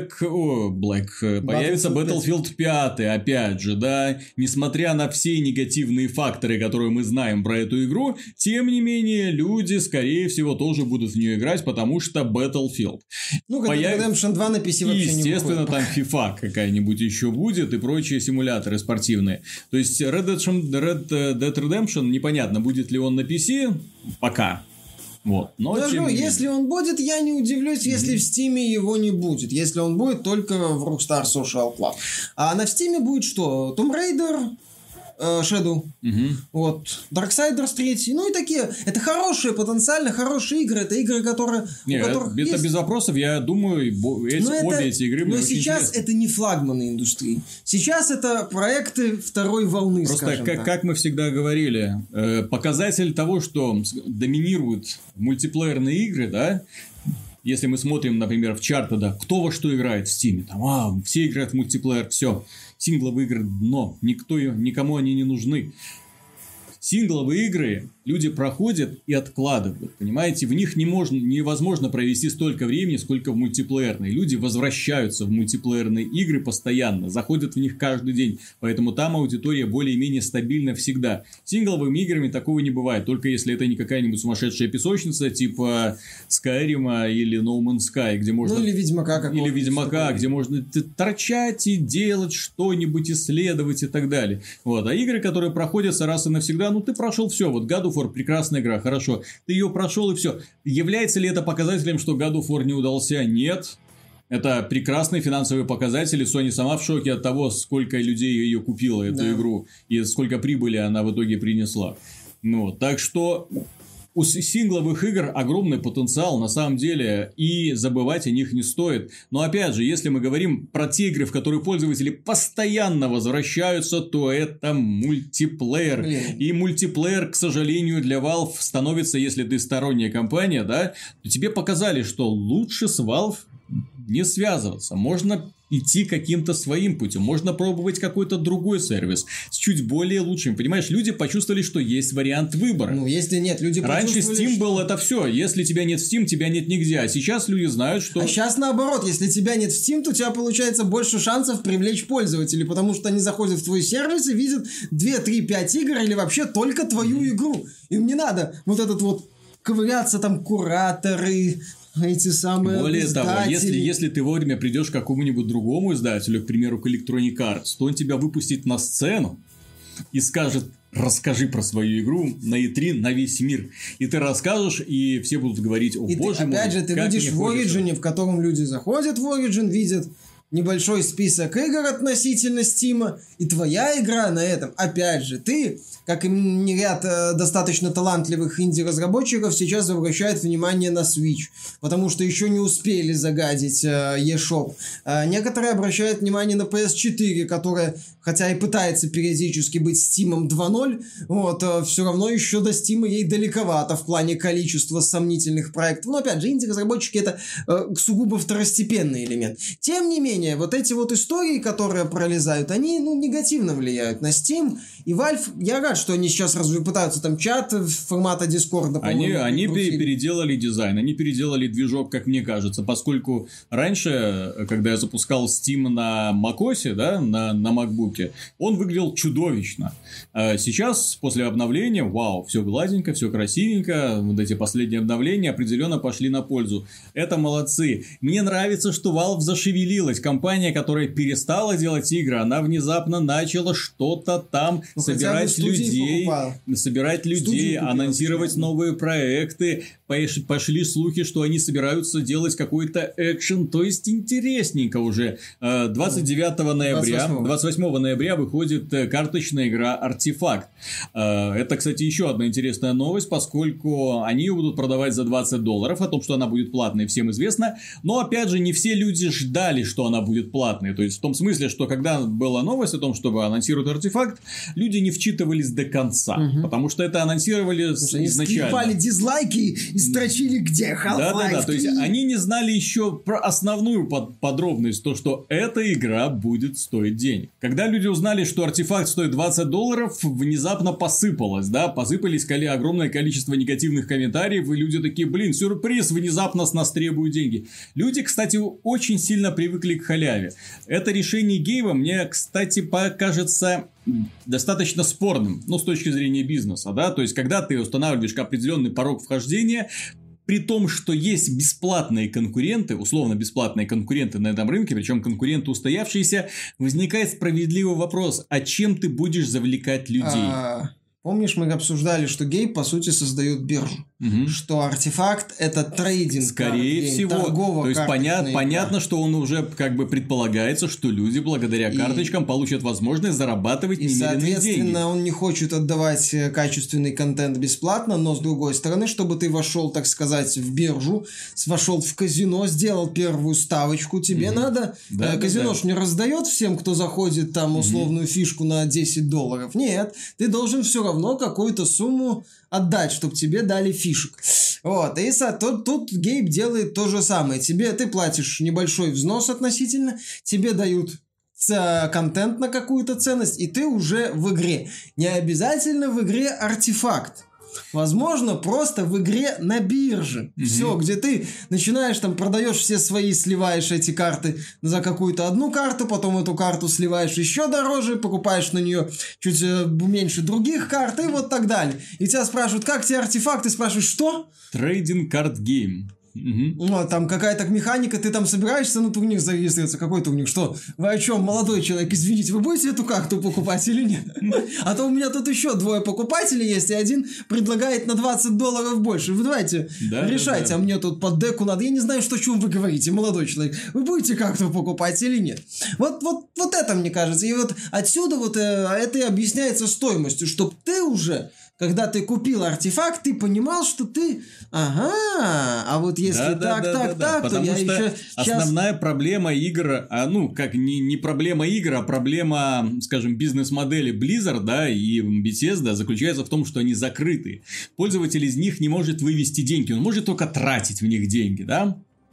появится Battlefield 5, опять же, да. Несмотря на все негативные факторы, которые мы знаем про эту игру, тем не менее, люди, скорее всего, тоже будут в нее играть, потому что Battlefield. Ну, Redemption 2 на PC вообще не естественно, там FIFA какая-нибудь еще будет и прочие симуляторы спортивные. То есть Red Dead Redemption, непонятно, будет ли он на PC, пока. Вот. Но если он будет, я не удивлюсь, если в Steam его не будет. Если он будет только в Rockstar Social Club. А на Steam будет что? Tomb Raider, Shadow, вот, Darksiders 3, ну и такие, это хорошие, потенциально хорошие игры, это игры, которые... это есть... без вопросов, я думаю, обе эти игры мне очень сейчас интересны. Это не флагманы индустрии, сейчас это проекты второй волны, просто как мы всегда говорили, показатель того, что доминируют мультиплеерные игры, да, если мы смотрим, например, в чарты, да, кто во что играет в Steam, там, все играют в мультиплеер, все. Сингловые игры дно, никому они не нужны. Сингловые игры люди проходят и откладывают, понимаете? В них невозможно провести столько времени, сколько в мультиплеерной. Люди возвращаются в мультиплеерные игры постоянно, заходят в них каждый день, поэтому там аудитория более-менее стабильна всегда. Сингловыми играми такого не бывает, только если это не какая-нибудь сумасшедшая песочница, типа Skyrim или No Man's Sky, где можно... Ну, или Ведьмака Или Ведьмака, где можно торчать и делать что-нибудь, исследовать и так далее. Вот. А игры, которые проходятся раз и навсегда, ну, ты прошел все. Вот God of War прекрасная игра, хорошо. Ты ее прошел и все. Является ли это показателем, что God of War не удался? Нет. Это прекрасные финансовые показатели. Sony сама в шоке от того, сколько людей ее купило, эту игру, и сколько прибыли она в итоге принесла. Ну, так что у сингловых игр огромный потенциал на самом деле, и забывать о них не стоит. Но опять же, если мы говорим про те игры, в которые пользователи постоянно возвращаются, то это мультиплеер. И мультиплеер, к сожалению, для Valve становится, если ты сторонняя компания, да, то тебе показали, что лучше с Valve не связываться. Можно идти каким-то своим путем. Можно пробовать какой-то другой сервис с чуть более лучшим. Понимаешь, люди почувствовали, что есть вариант выбора. Ну, если нет, люди Раньше почувствовали, Steam был это все. Если тебя нет в Steam, тебя нет нигде. А сейчас люди знают, что... А сейчас наоборот, если тебя нет в Steam, то у тебя получается больше шансов привлечь пользователей, потому что они заходят в твой сервис и видят 2, 3, 5 игр или вообще только твою игру. Им не надо вот этот вот ковыряться там кураторы, эти самые Более издатели. того, если ты вовремя придешь к какому-нибудь другому издателю, к примеру, к Electronic Arts, то он тебя выпустит на сцену и скажет: расскажи про свою игру на E3 на весь мир. И ты расскажешь, и все будут говорить: о, и боже ты, мой, опять же, ты как видишь мне в хочется. Origin, в котором люди заходят в Origin, видят небольшой список игр относительно Стима, и твоя игра на этом, опять же, ты, как и ряд достаточно талантливых инди-разработчиков, сейчас обращают внимание на Switch, потому что еще не успели загадить eShop. Некоторые обращают внимание на PS4, которая, хотя и пытается периодически быть Steam 2.0, вот, все равно еще до Steam ей далековато в плане количества сомнительных проектов. Но опять же, инди-разработчики это сугубо второстепенный элемент. Тем не менее, вот эти вот истории, которые пролезают, они, негативно влияют на Steam. И Valve, я рад, что они сейчас пытаются там чат формата Дискорда. Они переделали дизайн, они переделали движок, как мне кажется, поскольку раньше, когда я запускал Steam на macOS, да, на MacBook, он выглядел чудовищно. А сейчас, после обновления, вау, все гладенько, все красивенько, вот эти последние обновления определенно пошли на пользу. Это молодцы. Мне нравится, что Valve зашевелилась. Компания, которая перестала делать игры, она внезапно начала что-то там собирать людей, анонсировать новые проекты. Пошли слухи, что они собираются делать какой-то экшен, то есть интересненько уже. 28 ноября выходит карточная игра «Артефакт». Это, кстати, еще одна интересная новость, поскольку они ее будут продавать за $20. О том, что она будет платной, всем известно. Но, опять же, не все люди ждали, что она будет платной. То есть, в том смысле, что когда была новость о том, чтобы анонсировать «Артефакт», люди не вчитывались до конца. Потому что это анонсировали изначально. Они скрипали дизлайки и строчили где Half-Life 3. Да, то есть они не знали еще про основную подробность, то, что эта игра будет стоить денег. Когда люди узнали, что «Артефакт» стоит $20, внезапно посыпалось, да, посыпались огромное количество негативных комментариев, и люди такие: блин, сюрприз, внезапно с нас требуют деньги. Люди, кстати, очень сильно привыкли к халяве. Это решение Гейба мне, кстати, покажется достаточно спорным, с точки зрения бизнеса, да, то есть, когда ты устанавливаешь определенный порог вхождения, при том, что есть бесплатные конкуренты, условно бесплатные конкуренты на этом рынке, причем конкуренты устоявшиеся, возникает справедливый вопрос: а чем ты будешь завлекать людей? Помнишь, мы обсуждали, что Гейб, по сути, создает биржу. Что «Артефакт» — это трейдинг. Скорее всего. То есть, понятно, что он уже предполагается, что люди благодаря карточкам получат возможность зарабатывать немеренные деньги. И, соответственно, он не хочет отдавать качественный контент бесплатно, но, с другой стороны, чтобы ты вошел, так сказать, в биржу, вошел в казино, сделал первую ставочку, тебе надо... казино ж не раздает всем, кто заходит там условную фишку на $10. Нет, ты должен все равно какую-то сумму отдать, чтобы тебе дали фишек. Вот. И тут Гейб делает то же самое. Ты платишь небольшой взнос относительно, тебе дают контент на какую-то ценность, и ты уже в игре. Не обязательно в игре «Артефакт». Возможно, просто в игре на бирже. Все, где ты начинаешь там, продаешь все свои, сливаешь эти карты за какую-то одну карту, потом эту карту сливаешь еще дороже, покупаешь на нее чуть меньше других карт и вот так далее. И тебя спрашивают: как тебе «Артефакт?» Ты спрашиваешь: что? Трейдинг карт гейм. Вот, там какая-то механика, ты там собираешься на турнир зарегистрироваться. Какой турнир? Что? Вы о чем, молодой человек? Извините, вы будете эту карту покупать или нет? А то у меня тут еще 2 покупателей есть, и один предлагает на $20 больше. Вы давайте решайте, а мне тут под деку надо. Я не знаю, о чем вы говорите, молодой человек. Вы будете карту покупать или нет? Вот это, мне кажется. И вот отсюда это и объясняется стоимостью, чтобы ты уже... Когда ты купил «Артефакт», ты понимал, что ты... а вот если так, то я еще... Основная проблема игр, не проблема игр, а проблема, скажем, бизнес-модели Blizzard, да, и Bethesda заключается в том, что они закрыты. Пользователь из них не может вывести деньги, он может только тратить в них деньги, да.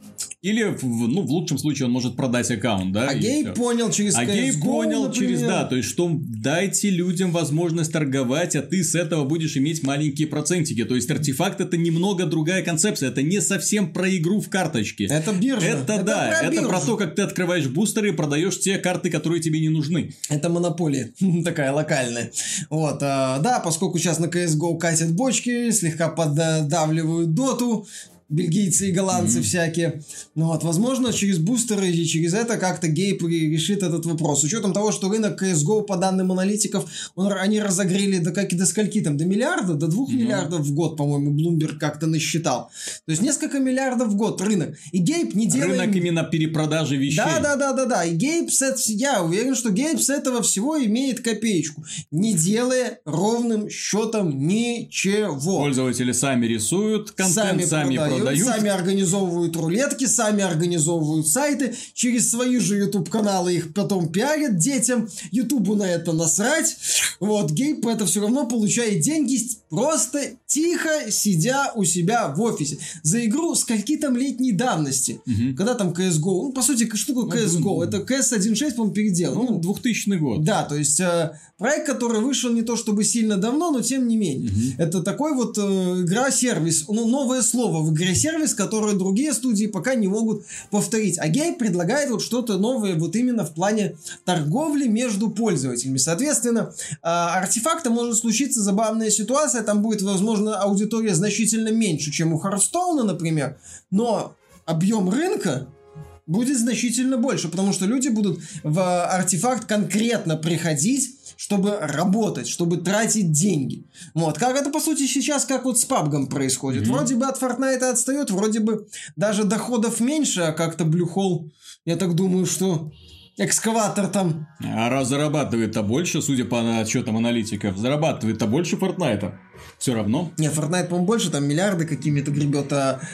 Или, в лучшем случае, он может продать аккаунт, да? А Гейб понял через CSGO, Гейб понял например. через, да, то есть, что дайте людям возможность торговать, а ты с этого будешь иметь маленькие процентики. То есть, артефакт — это немного другая концепция, это не совсем про игру в карточке. Это биржа. Это про то, как ты открываешь бустеры и продаешь те карты, которые тебе не нужны. Это монополия такая локальная. Вот, да, поскольку сейчас на CSGO катят бочки, слегка поддавливают доту, бельгийцы и голландцы всякие. Ну вот, возможно, через бустеры и через это как-то Гейб решит этот вопрос. С учетом того, что рынок CSGO, по данным аналитиков, они разогрели до скольки там? До миллиарда? До 2 миллиардов в год, по-моему, Bloomberg как-то насчитал. То есть, несколько миллиардов в год рынок. И Гейб не делает... Рынок именно перепродажи вещей. Да. И Гейб, я уверен, что Гейб с этого всего имеет копеечку. Не делая ровным счетом ничего. Пользователи сами рисуют контент, сами продают. Сами организовывают рулетки, сами организовывают сайты, через свои же YouTube-каналы их потом пиарят детям, Ютубу на это насрать. Вот, Гейб это все равно получает деньги, просто тихо сидя у себя в офисе. За игру скольки там летней давности. Когда там CSGO, по сути, что такое CSGO? Это CS 1.6, по-моему, переделал. 2000 год. Да, то есть проект, который вышел не то чтобы сильно давно, но тем не менее. Это такой вот игра-сервис, новое слово в игре-сервис, которое другие студии пока не могут повторить. А Гейб предлагает вот что-то новое вот именно в плане торговли между пользователями. Соответственно, артефакта может случиться забавная ситуация, там будет, возможно, аудитория значительно меньше, чем у Hearthstone, например, но объем рынка будет значительно больше, потому что люди будут в артефакт конкретно приходить, чтобы работать, чтобы тратить деньги. Вот. Как это, по сути, сейчас, как вот с PUBG происходит. Вроде бы от Fortnite отстает, вроде бы даже доходов меньше, а как-то Blue Hole, я так думаю, что экскаватор там... А раз зарабатывает-то больше, судя по отчетам аналитиков, зарабатывает-то больше Fortnite. Все равно. Нет, Fortnite, по-моему, больше, там миллиарды какими-то гребет,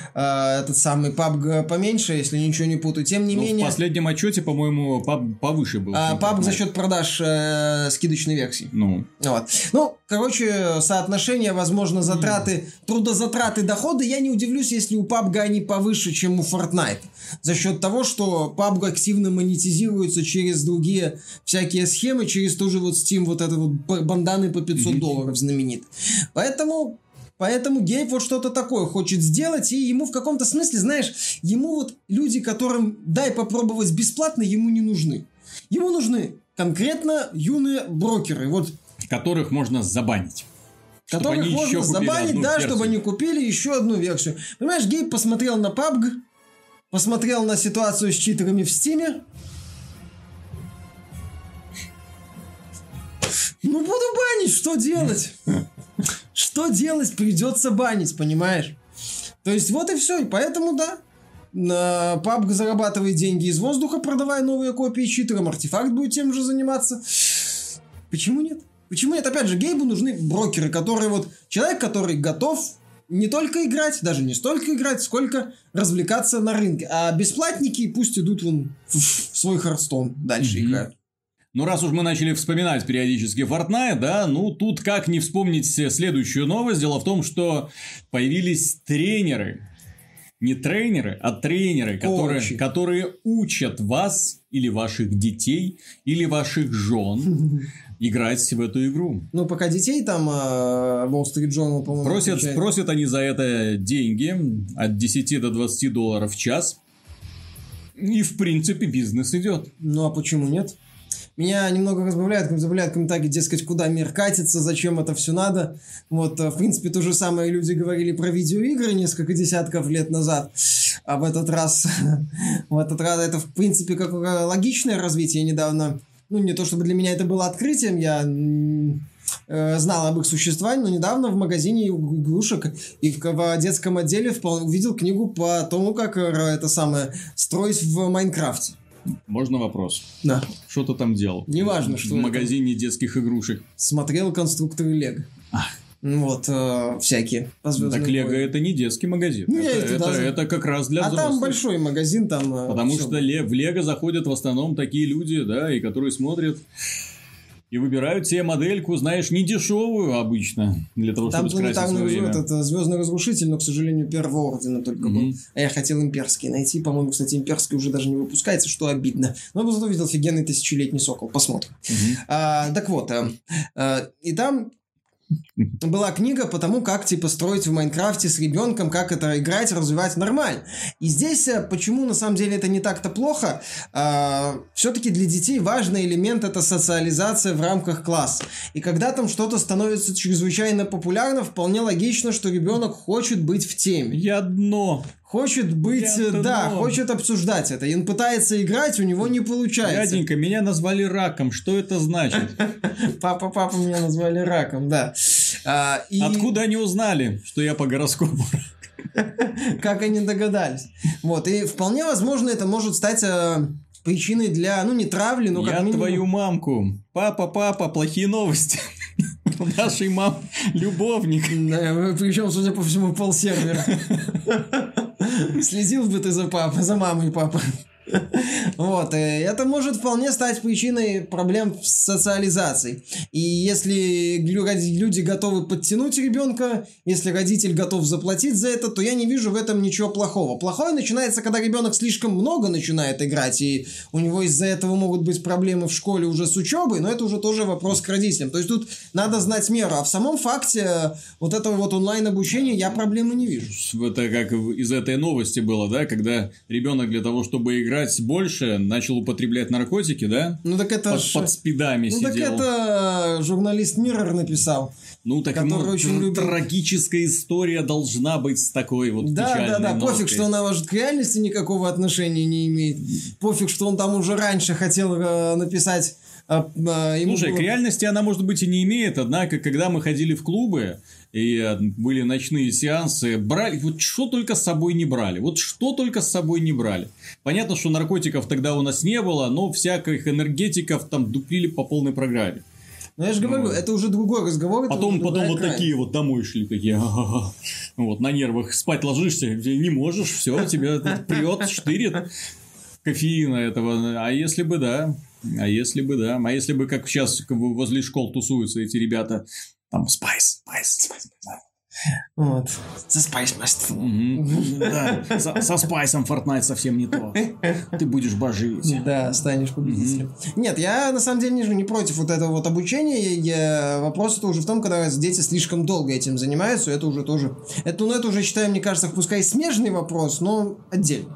этот самый PUBG поменьше, если ничего не путаю. Тем не менее... В последнем отчете, по-моему, повыше был. PUBG за счет продаж скидочной версии. Вот. Короче, соотношение, возможно, трудозатраты, доходы, я не удивлюсь, если у PUBG они повыше, чем у Fortnite. За счет того, что PUBG активно монетизируется через другие всякие схемы, через ту же вот Steam, вот это вот банданы по $500 знаменит. Поэтому Гейб вот что-то такое хочет сделать, и ему в каком-то смысле, знаешь, ему вот люди, которым дай попробовать бесплатно, ему не нужны. Ему нужны конкретно юные брокеры, вот, которых можно забанить. Которых можно забанить, да, чтобы они купили еще одну версию. Понимаешь, Гейб посмотрел на PUBG, посмотрел на ситуацию с читерами в Стиме. Ну, буду банить, что делать? Что делать? Придется банить, понимаешь? То есть, вот и все. И поэтому, да, PUBG зарабатывает деньги из воздуха, продавая новые копии читерам. Артефакт будет тем же заниматься. Почему нет? Почему нет? Опять же, Гейбу нужны брокеры, которые вот... Человек, который готов не только играть, даже не столько играть, сколько развлекаться на рынке. А бесплатники пусть идут вон в свой Hearthstone дальше играют. Ну, раз уж мы начали вспоминать периодически Fortnite, да, тут как не вспомнить следующую новость. Дело в том, что появились тренеры. Не тренеры, а тренеры, которые учат вас или ваших детей, или ваших жен играть в эту игру. Ну, пока детей там Wall Street Journal, по-моему, просят они за это деньги от 10 до $20 в час. И, в принципе, бизнес идет. Ну, а почему нет? Меня немного разбавляют комментарии, дескать, куда мир катится, зачем это все надо. Вот, в принципе, то же самое люди говорили про видеоигры несколько десятков лет назад. А в этот раз это, в принципе, как логичное развитие. Я недавно, не то чтобы для меня это было открытием, я знал об их существовании, но недавно в магазине игрушек и в детском отделе увидел книгу по тому, как строить в Майнкрафте. Можно вопрос? Да. Что ты там делал? Неважно, что в магазине детских игрушек. Смотрел конструкторы Лего. Вот, всякие. Так Лего это не детский магазин. Это как раз для взрослых. А там большой магазин, там... Потому что в Лего заходят в основном такие люди, да, и которые смотрят И выбирают себе модельку, знаешь, не дешевую обычно, для того, там чтобы скрасить свое время. Это Звездный Разрушитель, но, к сожалению, Первого Ордена только был. А я хотел имперский найти. По-моему, кстати, имперский уже даже не выпускается, что обидно. Но я зато видел офигенный 1000-летний сокол. Посмотрим. Так вот. И там была книга по тому, как, типа, строить в Майнкрафте с ребенком, как это играть, развивать нормально. И здесь, почему, на самом деле, это не так-то плохо, все-таки для детей важный элемент – это социализация в рамках класса. И когда там что-то становится чрезвычайно популярно, вполне логично, что ребенок хочет быть в теме. Я дно. Хочет быть, хочет обсуждать это. И он пытается играть, у него не получается. Дяденька, меня назвали раком. Что это значит? Папа, меня назвали раком, да. Откуда они узнали, что я по гороскопу? Как они догадались. Вот. И вполне возможно, это может стать причиной для, не травли, но как минимум... Я твою мамку. Папа, плохие новости. У нашей мамы любовник. Причем, судя по всему, полсервера. Следил бы ты за мамой, папа. Вот, и это может вполне стать причиной проблем с социализацией. И если люди готовы подтянуть ребенка, если родитель готов заплатить за это, то я не вижу в этом ничего плохого. Плохое начинается, когда ребенок слишком много начинает играть, и у него из-за этого могут быть проблемы в школе уже с учебой, но это уже тоже вопрос к родителям. То есть тут надо знать меру. А в самом факте вот этого вот онлайн-обучения я проблемы не вижу. Это как из этой новости было, да, когда ребенок для того, чтобы играть больше, начал употреблять наркотики, да? Ну так это под спидами сидел. Ну так это журналист Mirror написал. Ну так трагическая история должна быть с такой вот печальной ноткой. Пофиг, что она, может, к реальности никакого отношения не имеет. Пофиг, что он там уже раньше хотел написать. Слушай, к реальности она, может быть, и не имеет, однако, когда мы ходили в клубы, и были ночные сеансы, брали, вот что только с собой не брали. Понятно, что наркотиков тогда у нас не было, но всяких энергетиков там дуплили по полной программе. Ну, я же говорю, это уже другой разговор. Потом вот такие вот домой шли, такие, вот на нервах спать ложишься, не можешь, все, тебя прет, штырит кофеина этого. А если бы, как сейчас возле школ тусуются эти ребята, там Spice. Вот. За Spice Master. Да, со Спайсом Fortnite совсем не то. Ты будешь божить. Да, станешь победителем. Нет, я на самом деле не против вот этого вот обучения. Вопрос это уже в том, когда дети слишком долго этим занимаются. Это уже тоже... Это уже, считаю, мне кажется, пускай смежный вопрос, но отдельно.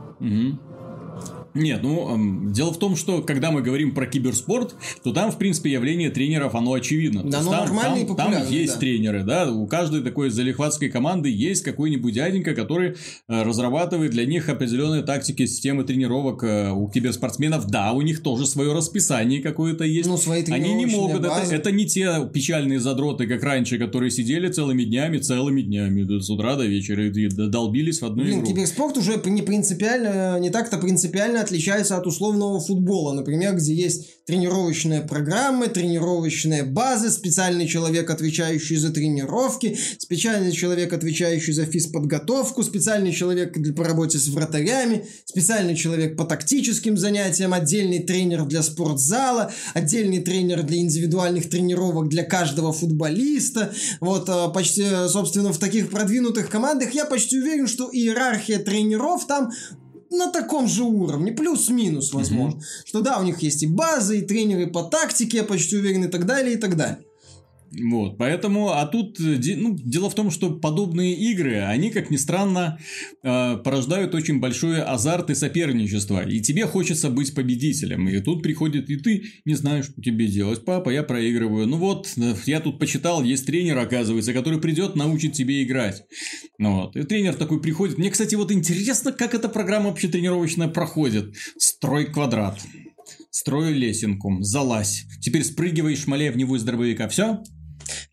Нет, дело в том, что когда мы говорим про киберспорт, то там, в принципе, явление тренеров, оно очевидно. Да, оно нормально и популярно. Там есть тренеры, да, у каждой такой залихватской команды есть какой-нибудь дяденька, который разрабатывает для них определенные тактики, системы тренировок. У киберспортсменов, да, у них тоже свое расписание какое-то есть. Свои тренировочные Они не могут, базы. это не те печальные задроты, как раньше, которые сидели целыми днями, с утра до вечера и долбились в одну игру. Киберспорт уже не так-то принципиально отличается от условного футбола, например, где есть тренировочные программы, тренировочные базы, специальный человек, отвечающий за тренировки, специальный человек, отвечающий за физподготовку, специальный человек по работе с вратарями, специальный человек по тактическим занятиям, отдельный тренер для спортзала, отдельный тренер для индивидуальных тренировок для каждого футболиста. Вот, почти, собственно, в таких продвинутых командах я почти уверен, что иерархия тренеров там на таком же уровне, плюс-минус, возможно. Что да, у них есть и базы, и тренеры по тактике, я почти уверен, и так далее, и так далее. Вот, поэтому, а тут, дело в том, что подобные игры, они, как ни странно, порождают очень большой азарт и соперничество, и тебе хочется быть победителем, и тут приходит, и ты не знаешь, что тебе делать, папа, я проигрываю, я тут почитал, есть тренер, оказывается, который придет, научит тебе играть, и тренер такой приходит, мне, кстати, вот интересно, как эта программа вообще тренировочная проходит, строй квадрат, строй лесенку, залазь, теперь спрыгивай, шмаляй в него из дробовика, все?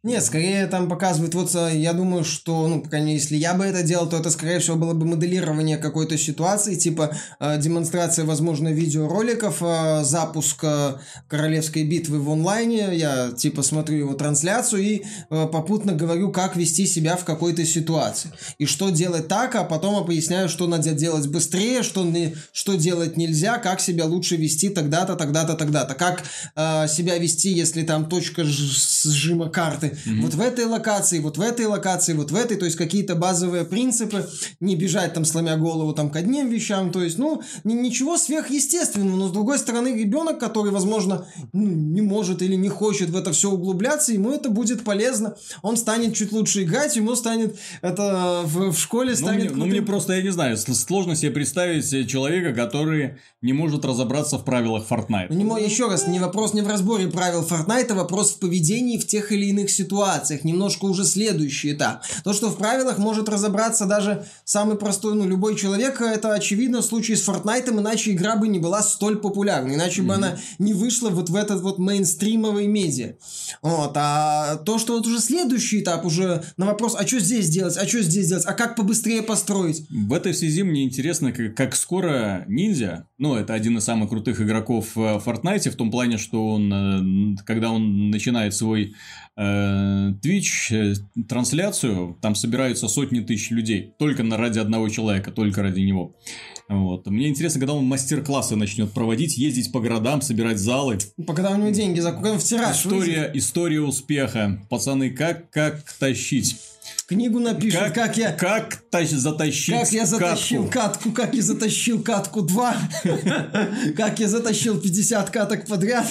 Нет, скорее там показывают, вот я думаю, что, ну, по крайней мере, если я бы это делал, то это, скорее всего, было бы моделирование какой-то ситуации, типа демонстрация, возможно, видеороликов, запуск королевской битвы в онлайне, я, типа, смотрю его трансляцию и попутно говорю, как вести себя в какой-то ситуации, и что делать так, а потом я поясняю, что надо делать быстрее, что делать нельзя, как себя лучше вести тогда-то, тогда-то, тогда-то, как себя вести, если там точка сжима карты, вот в этой локации, вот в этой локации, вот в этой, то есть какие-то базовые принципы, не бежать там сломя голову там к одним вещам, то есть, ну, ничего сверхъестественного, но с другой стороны ребенок, который, возможно, не может или не хочет в это все углубляться, ему это будет полезно, он станет чуть лучше играть, ему станет это в школе станет... Мне просто, я не знаю, сложно себе представить человека, который не может разобраться в правилах Fortnite. Еще раз, не вопрос не в разборе правил Fortnite, а вопрос в поведении в тех или иных ситуациях, немножко уже следующий этап. То, что в правилах может разобраться даже самый простой, ну, любой человек, это очевидно в случае с Fortnite, иначе игра бы не была столь популярной, иначе бы она не вышла вот в этот вот мейнстримовый медиа. Вот, а то, что вот уже следующий этап, уже на вопрос, а что здесь делать, а как побыстрее построить? В этой связи мне интересно, как скоро ниндзя, ну, это один из самых крутых игроков в Fortnite, в том плане, что он, когда он начинает свой Twitch трансляцию, там собираются сотни тысяч людей только ради одного человека, только ради него. Вот. Мне интересно, когда он мастер-классы начнет проводить, ездить по городам, собирать залы. Когда у него деньги закупаем в тираж. История успеха. Пацаны, как тащить? Книгу напишут, как я затащил катку, как я затащил катку 2, как я затащил 50 каток подряд.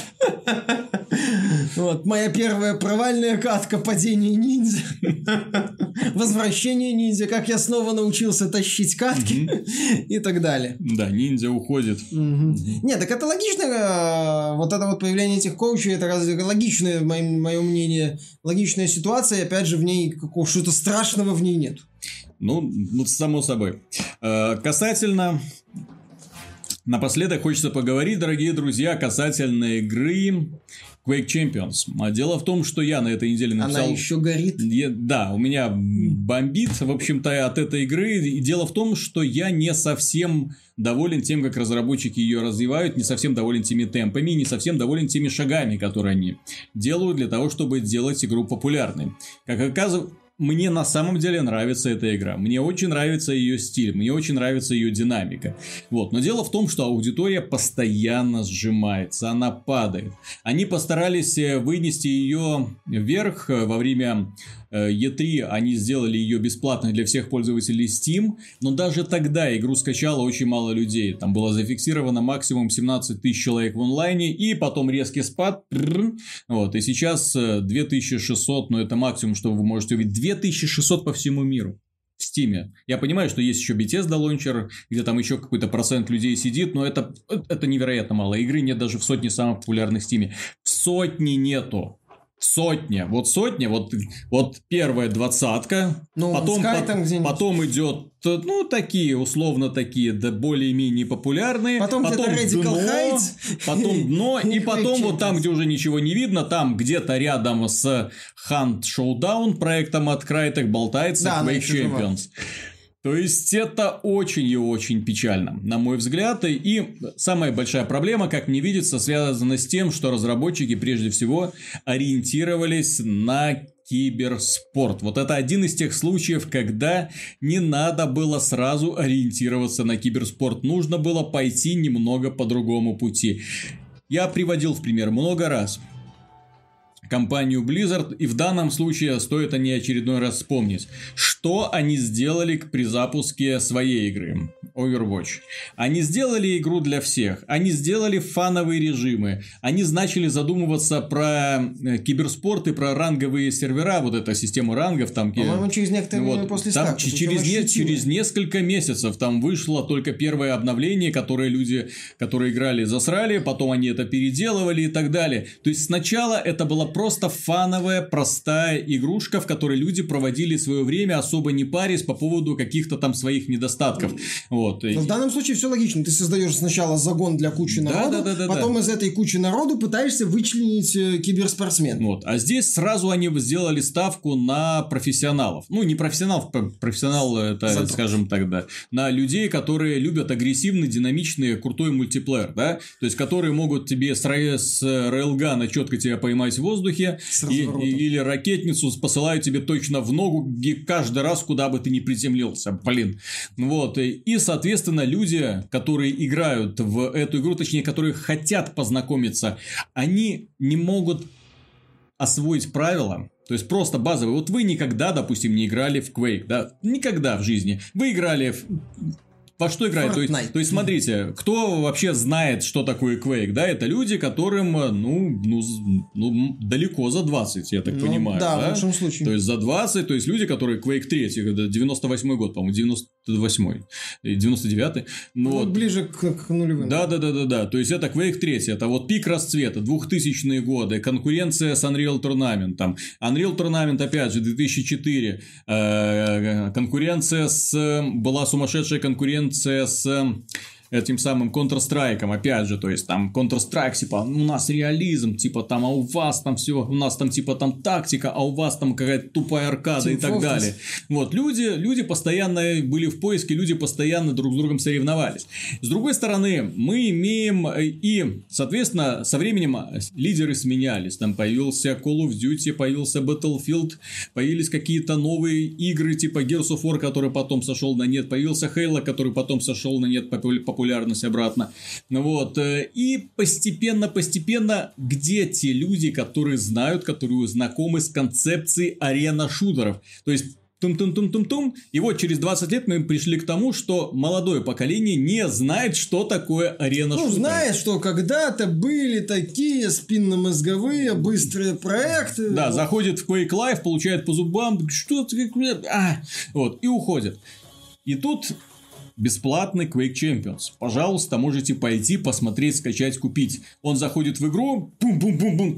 Вот, моя первая провальная катка, падение ниндзя, возвращение ниндзя, как я снова научился тащить катки и так далее. Да, ниндзя уходит. Нет, так это логично, вот это вот появление этих коучей, это логичное, мое мнение, логичная ситуация, и опять же в ней что-то страшного в ней нет. Ну, само собой. Касательно... Напоследок хочется поговорить, дорогие друзья, касательно игры Quake Champions. Дело в том, что я на этой неделе написал... Она еще горит? Да, у меня бомбит, в общем-то, от этой игры. И дело в том, что я не совсем доволен тем, как разработчики ее развивают, не совсем доволен теми темпами, не совсем доволен теми шагами, которые они делают для того, чтобы сделать игру популярной. Как оказывается... Мне на самом деле нравится эта игра. Мне очень нравится ее стиль. Мне очень нравится ее динамика. Вот. Но дело в том, что аудитория постоянно сжимается. Она падает. Они постарались вынести ее вверх во время E3. Они сделали ее бесплатной для всех пользователей Steam. Но даже тогда игру скачало очень мало людей. Там было зафиксировано максимум 17 тысяч человек в онлайне. И потом резкий спад. Вот. И сейчас 2600. Но это максимум, что вы можете увидеть. 2600 по всему миру в Steam. Я понимаю, что есть еще Bethesda Launcher, где там еще какой-то процент людей сидит, но это невероятно мало. Игры нет даже в сотне самых популярных в Steam. В сотне нету. Сотня. Вот первая 20-ка. Ну, потом идет, ну, такие, условно такие, да более-менее популярные. Потом Radical Heights. Потом дно. И потом вот там, где уже ничего не видно, там где-то рядом с Hunt Showdown проектом от Crytek болтается Quake Champions. То есть, это очень и очень печально, на мой взгляд. И самая большая проблема, как мне видится, связана с тем, что разработчики прежде всего ориентировались на киберспорт. Вот это один из тех случаев, когда не надо было сразу ориентироваться на киберспорт. Нужно было пойти немного по другому пути. Я приводил в пример много раз компанию Blizzard, и в данном случае стоит они очередной раз вспомнить, что они сделали при запуске своей игры Overwatch. Они сделали игру для всех, они сделали фановые режимы, они начали задумываться про киберспорт и про ранговые сервера, вот эта система рангов там. По-моему, через некоторое время после старта. Через несколько месяцев там вышло только первое обновление, которое люди, которые играли, засрали, потом они это переделывали и так далее. То есть сначала это была просто фановая, простая игрушка, в которой люди проводили свое время, особо не парясь по поводу каких-то там своих недостатков. Вот. Вот. Но в данном случае все логично. Ты создаешь сначала загон для кучи народу, потом из этой кучи народу пытаешься вычленить киберспортсмен. Вот. А здесь сразу они сделали ставку на профессионалов. Ну, не профессионалов, профессионал это, скажем так, да. На людей, которые любят агрессивный, динамичный, крутой мультиплеер, да. То есть, которые могут тебе с рейлгана четко тебя поймать в воздухе или ракетницу посылают тебе точно в ногу каждый раз, куда бы ты ни приземлился. Блин. Вот. И, соответственно, люди, которые играют в эту игру, точнее, которые хотят познакомиться, они не могут освоить правила. То есть, просто базовые. Вот вы никогда, допустим, не играли в Quake, да? Никогда в жизни. Вы играли в... Во что играет? То есть, смотрите, кто вообще знает, что такое Quake, да? Это люди, которым, ну далеко за 20, я так понимаю. Да, да, в лучшем случае. То есть, за 20, то есть, люди, которые Quake 3, 98-й год, по-моему, 98-й, 99-й. Ну, ближе к нулевым. Да. То есть, это Quake 3, это вот пик расцвета, 2000-е годы, конкуренция с Unreal Tournament. Там. Unreal Tournament, опять же, 2004, конкуренция была сумасшедшая конкуренция с этим самым Counter-Strike, опять же, то есть, там, Counter-Strike, типа, у нас реализм, типа, там, а у вас там все, у нас там, типа, там, тактика, а у вас там какая-то тупая аркада и так далее. Вот, люди постоянно были в поиске, люди постоянно друг с другом соревновались. С другой стороны, мы имеем и, соответственно, со временем лидеры сменялись, там, появился Call of Duty, появился Battlefield, появились какие-то новые игры, типа, Gears of War, который потом сошел на нет, появился Halo, который потом сошел на нет, популярность обратно. Вот. И постепенно, где те люди, которые знают, которые знакомы с концепцией арена-шутеров. То есть, тум-тум-тум-тум-тум. И вот через 20 лет мы пришли к тому, что молодое поколение не знает, что такое арена-шутеры. Ну, знает, что когда-то были такие спинномозговые быстрые проекты. Да, вот. Заходит в Quake Live, получает по зубам, что ты... Вот, и уходит. И тут... бесплатный Quake Champions. Пожалуйста, можете пойти, посмотреть, скачать, купить. Он заходит в игру, бум-бум-бум-бум,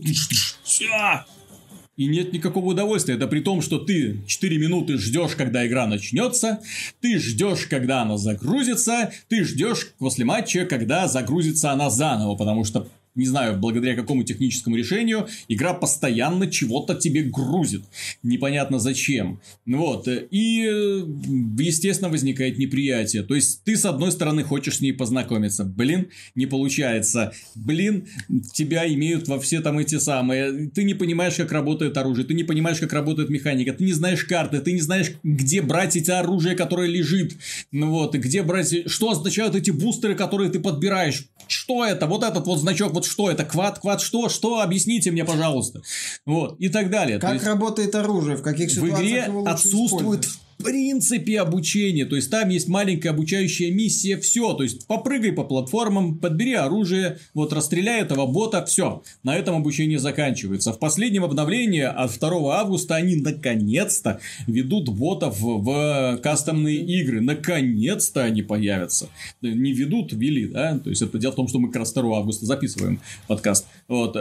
и нет никакого удовольствия. Это при том, что ты 4 минуты ждешь, когда игра начнется, ты ждешь, когда она загрузится, ты ждешь после матча, когда загрузится она заново, потому что не знаю, благодаря какому техническому решению, игра постоянно чего-то тебе грузит. Непонятно зачем. Вот. И, естественно, возникает неприятие. То есть, ты, с одной стороны, хочешь с ней познакомиться. Блин, не получается. Блин, тебя имеют во все там эти самые... Ты не понимаешь, как работает оружие. Ты не понимаешь, как работает механика. Ты не знаешь карты. Ты не знаешь, где брать эти оружия, которое лежит. Ну вот. И где брать... Что означают эти бустеры, которые ты подбираешь? Что это? Вот этот вот значок, вот что это? Квад, что? Объясните мне, пожалуйста. Вот, и так далее. Как есть, работает оружие, в каких ситуациях в игре отсутствует в принципе обучение. То есть, там есть маленькая обучающая миссия, все. То есть, попрыгай по платформам, подбери оружие, вот, расстреляй этого бота, все. На этом обучение заканчивается. В последнем обновлении от 2 августа они наконец-то ведут ботов в кастомные игры. Наконец-то они появятся. Не ведут, ввели, да? То есть, это дело в том, что мы как раз 2 августа записываем подкаст. Вот.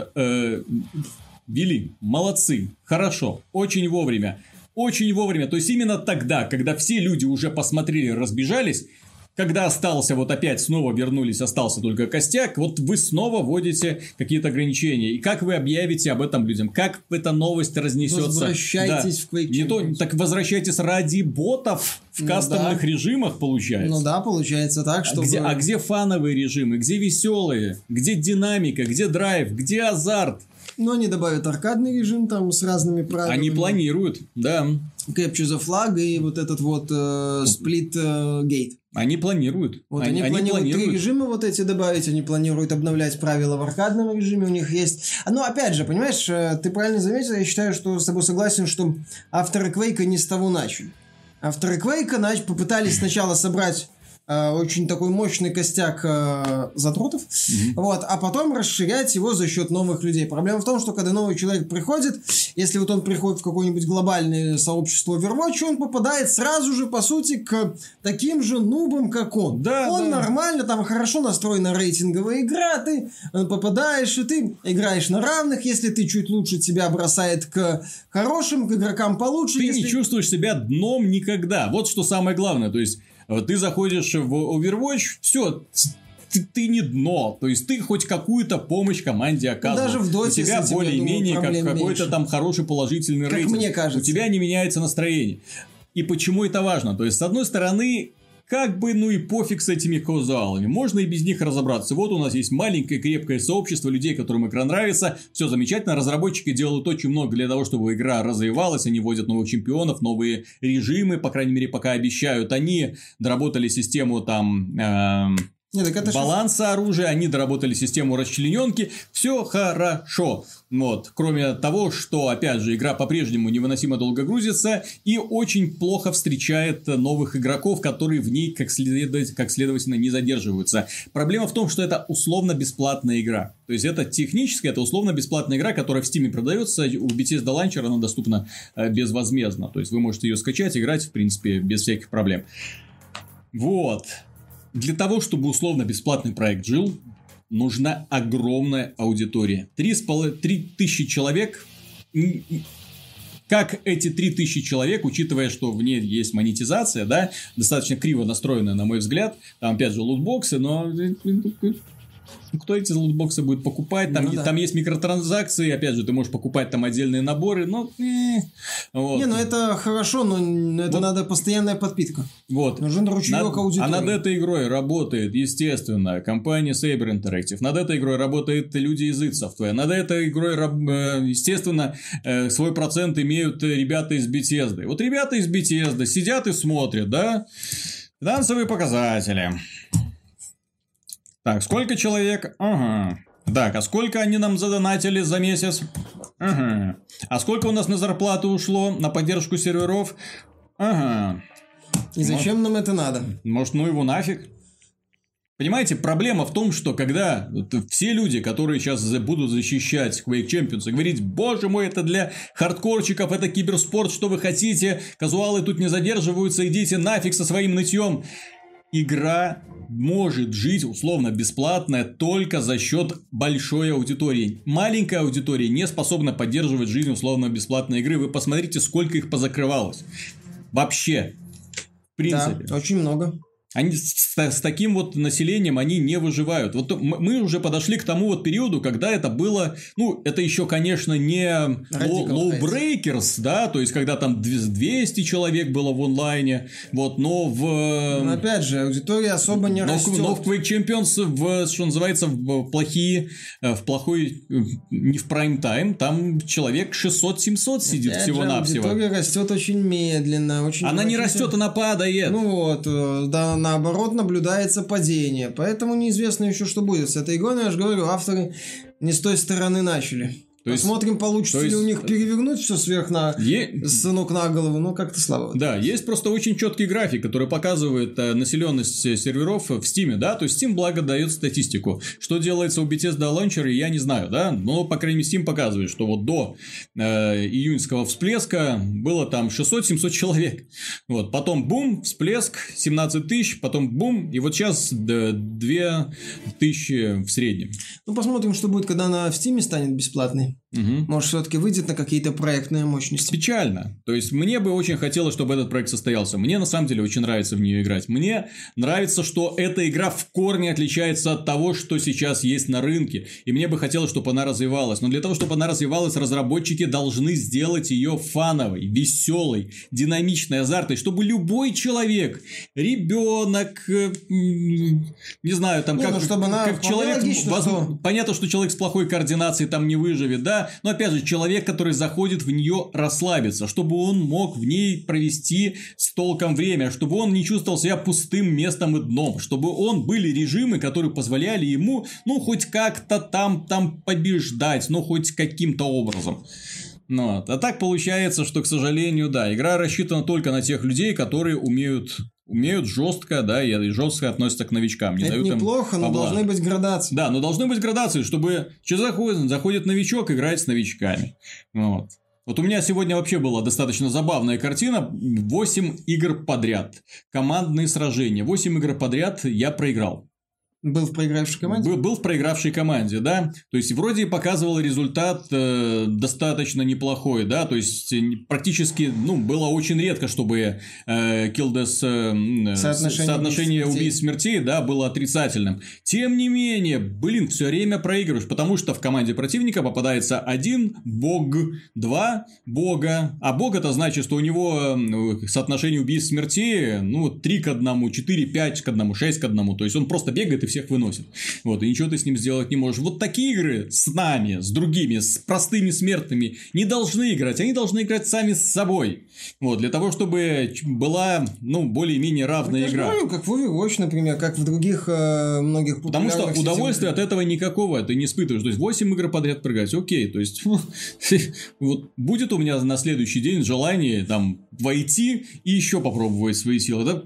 Ввели. Молодцы. Хорошо. Очень вовремя. Очень вовремя, то есть, именно тогда, когда все люди уже посмотрели, разбежались, когда остался, вот опять снова вернулись, остался только костяк, вот вы снова вводите какие-то ограничения. И как вы объявите об этом людям? Как эта новость разнесется? Возвращайтесь в Quake Champions. Так возвращайтесь ради ботов в кастомных режимах, получается. Ну да, получается так, что... А где фановые режимы? Где веселые? Где динамика? Где драйв? Где азарт? Но они добавят аркадный режим там с разными правилами. Они планируют, да. Capture the Flag и вот этот вот Split Gate. Они планируют. Вот они планируют 3 режима вот эти добавить, они планируют обновлять правила в аркадном режиме, у них есть... Но опять же, понимаешь, ты правильно заметил, я считаю, что с тобой согласен, что авторы Quake не с того начали. Авторы Quake попытались сначала собрать очень такой мощный костяк задротов, вот, а потом расширять его за счет новых людей. Проблема в том, что когда новый человек приходит, если вот он приходит в какое-нибудь глобальное сообщество Overwatch, он попадает сразу же, по сути, к таким же нубам, как он. Да, он нормально, там хорошо настроена рейтинговая игра, ты попадаешь, и ты играешь на равных, если ты чуть лучше, тебя бросает к хорошим, к игрокам получше. Ты не чувствуешь себя дном никогда. Вот что самое главное, то есть Ты заходишь в Overwatch, все, ты не дно, то есть ты хоть какую-то помощь команде оказываешь. Даже в Доте у тебя более-менее какой-то там хороший положительный как рейтинг. Мне кажется. У тебя не меняется настроение. И почему это важно? То есть, с одной стороны, как бы, ну и пофиг с этими казуалами. Можно и без них разобраться. Вот у нас есть маленькое крепкое сообщество людей, которым игра нравится. Все замечательно. Разработчики делают очень много для того, чтобы игра развивалась. Они вводят новых чемпионов, новые режимы. По крайней мере, пока обещают. Они доработали систему там... баланса оружия, они доработали систему расчлененки, все хорошо. Вот. Кроме того, что, опять же, игра по-прежнему невыносимо долго грузится и очень плохо встречает новых игроков, которые в ней, как следовательно, не задерживаются. Проблема в том, что это условно-бесплатная игра. То есть, это технически, это условно-бесплатная игра, которая в Steam продается, у Bethesda Launcher она доступна безвозмездно. То есть, вы можете ее скачать, играть, в принципе, без всяких проблем. Вот. Для того, чтобы условно-бесплатный проект жил, нужна огромная аудитория. 3000 человек. Как эти 3000 человек, учитывая, что в ней есть монетизация, да, достаточно криво настроенная, на мой взгляд. Там, опять же, лутбоксы, но... Кто эти лутбоксы будет покупать? Там, там есть микротранзакции, опять же, ты можешь покупать там отдельные наборы, но... Вот. Не, ну это хорошо, но это вот. Надо постоянная подпитка. Вот. Нужен ручеек аудитории. А над этой игрой работает, естественно, компания Saber Interactive. Над этой игрой работают люди из id Software. Над этой игрой, естественно, свой процент имеют ребята из Bethesda. Вот ребята из Bethesda сидят и смотрят, да? Финансовые показатели. Так, сколько человек? Ага. Так, а сколько они нам задонатили за месяц? Ага. А сколько у нас на зарплату ушло? На поддержку серверов? Ага. И зачем нам это надо? Может, ну его нафиг? Понимаете, проблема в том, что когда все люди, которые сейчас будут защищать Quake Champions и говорить: боже мой, это для хардкорчиков, это киберспорт, что вы хотите, казуалы тут не задерживаются, идите нафиг со своим нытьем. Игра может жить условно бесплатная только за счет большой аудитории. Маленькая аудитория не способна поддерживать жизнь условно бесплатной игры. Вы посмотрите, сколько их позакрывалось. Вообще. В принципе. Да, очень много. Они с таким вот населением они не выживают. Вот мы уже подошли к тому вот периоду, когда это было, ну, это еще, конечно, не Lawbreakers, да, то есть, когда там 200 человек было в онлайне, вот, но в... Но опять же, аудитория особо не растет. Но в Quake Champions, что называется, в плохой, не в прайм-тайм, там человек 600-700 сидит опять всего-навсего. Аудитория растет очень медленно. Очень она не растет, она падает. Ну вот, да, наоборот, наблюдается падение. Поэтому неизвестно еще, что будет с этой игрой. Но я же говорю, авторы не с той стороны начали. Посмотрим, получится ли у них перевернуть все с ног на голову, но как-то слабо. Да, есть просто очень четкий график, который показывает населенность серверов в Steam, да, то есть Steam, благо, дает статистику. Что делается у Bethesda Launcher, я не знаю, да, но, по крайней мере, Steam показывает, что вот до июньского всплеска было там 600-700 человек. Вот, потом бум, всплеск, 17 тысяч, потом бум, и вот сейчас 2000 в среднем. Ну, посмотрим, что будет, когда она в Steam станет бесплатной. Угу. Может, все-таки выйдет на какие-то проектные мощности. Печально. То есть, мне бы очень хотелось, чтобы этот проект состоялся. Мне, на самом деле, очень нравится в нее играть. Мне нравится, что эта игра в корне отличается от того, что сейчас есть на рынке. И мне бы хотелось, чтобы она развивалась. Но для того, чтобы она развивалась, разработчики должны сделать ее фановой, веселой, динамичной, азартной, чтобы любой человек, ребенок, не знаю, там, как человек... Понятно, что человек с плохой координацией там не выживет, да, но опять же, человек, который заходит в нее расслабиться, чтобы он мог в ней провести с толком время, чтобы он не чувствовал себя пустым местом и дном, чтобы были режимы, которые позволяли ему, ну, хоть как-то там побеждать, ну, хоть каким-то образом. Вот. А так получается, что, к сожалению, да, игра рассчитана только на тех людей, которые умеют жестко, да, и жестко относятся к новичкам. Это неплохо, но должны быть градации. Да, но должны быть градации, чтобы заходит новичок, играет с новичками. Вот. Вот у меня сегодня вообще была достаточно забавная картина. 8 игр подряд. Командные сражения. 8 игр подряд я проиграл. Был в проигравшей команде? Был в проигравшей команде, да. То есть, вроде показывал результат достаточно неплохой, да. То есть, практически, было очень редко, чтобы соотношение убийств смертей, да, было отрицательным. Тем не менее, все время проигрываешь, потому что в команде противника попадается один бог, два бога. А бог это значит, что у него соотношение убийств смертей, 3 к 1, 4, 5 к 1, 6 к 1. То есть, он просто бегает и всех выносит. Вот, и ничего ты с ним сделать не можешь. Вот такие игры с нами, с другими, с простыми смертными не должны играть. Они должны играть сами с собой. Вот, для того, чтобы была, более-менее равная игра. Я говорю, как в Overwatch, например, как в других многих популярных. Потому что удовольствия от этого никакого ты не испытываешь. То есть, 8 игр подряд прыгать, окей. То есть, вот будет у меня на следующий день желание там войти и еще попробовать свои силы, да?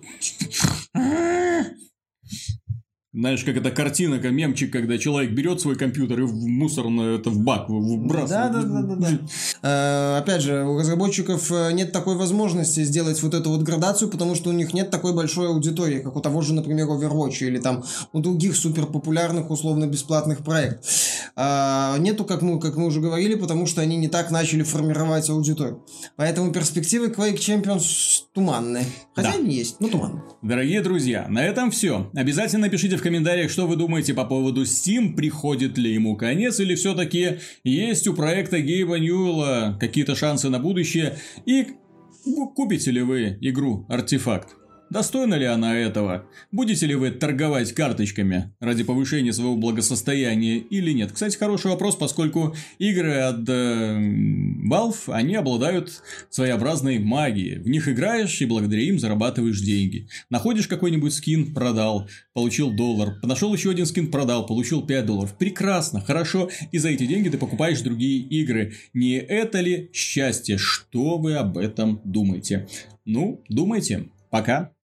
Знаешь, как эта картинка, мемчик, когда человек берет свой компьютер и в мусорную, в бак выбрасывает. Да. Опять же, у разработчиков нет такой возможности сделать вот эту вот градацию, потому что у них нет такой большой аудитории, как у того же, например, Overwatch или там у других суперпопулярных условно-бесплатных проектов. Нету, как мы уже говорили, потому что они не так начали формировать аудиторию. Поэтому перспективы Quake Champions туманные. Хотя они есть, но туманные. Дорогие друзья, на этом все. Обязательно пишите в комментариях, что вы думаете по поводу Steam, приходит ли ему конец, или все-таки есть у проекта Гейба Ньюэлла какие-то шансы на будущее, и купите ли вы игру Артефакт. Достойна ли она этого? Будете ли вы торговать карточками ради повышения своего благосостояния или нет? Кстати, хороший вопрос, поскольку игры от Valve, они обладают своеобразной магией. В них играешь и благодаря им зарабатываешь деньги. Находишь какой-нибудь скин, продал, получил $1. Нашел еще один скин, продал, получил $5. Прекрасно, хорошо. И за эти деньги ты покупаешь другие игры. Не это ли счастье? Что вы об этом думаете? Думайте. Пока.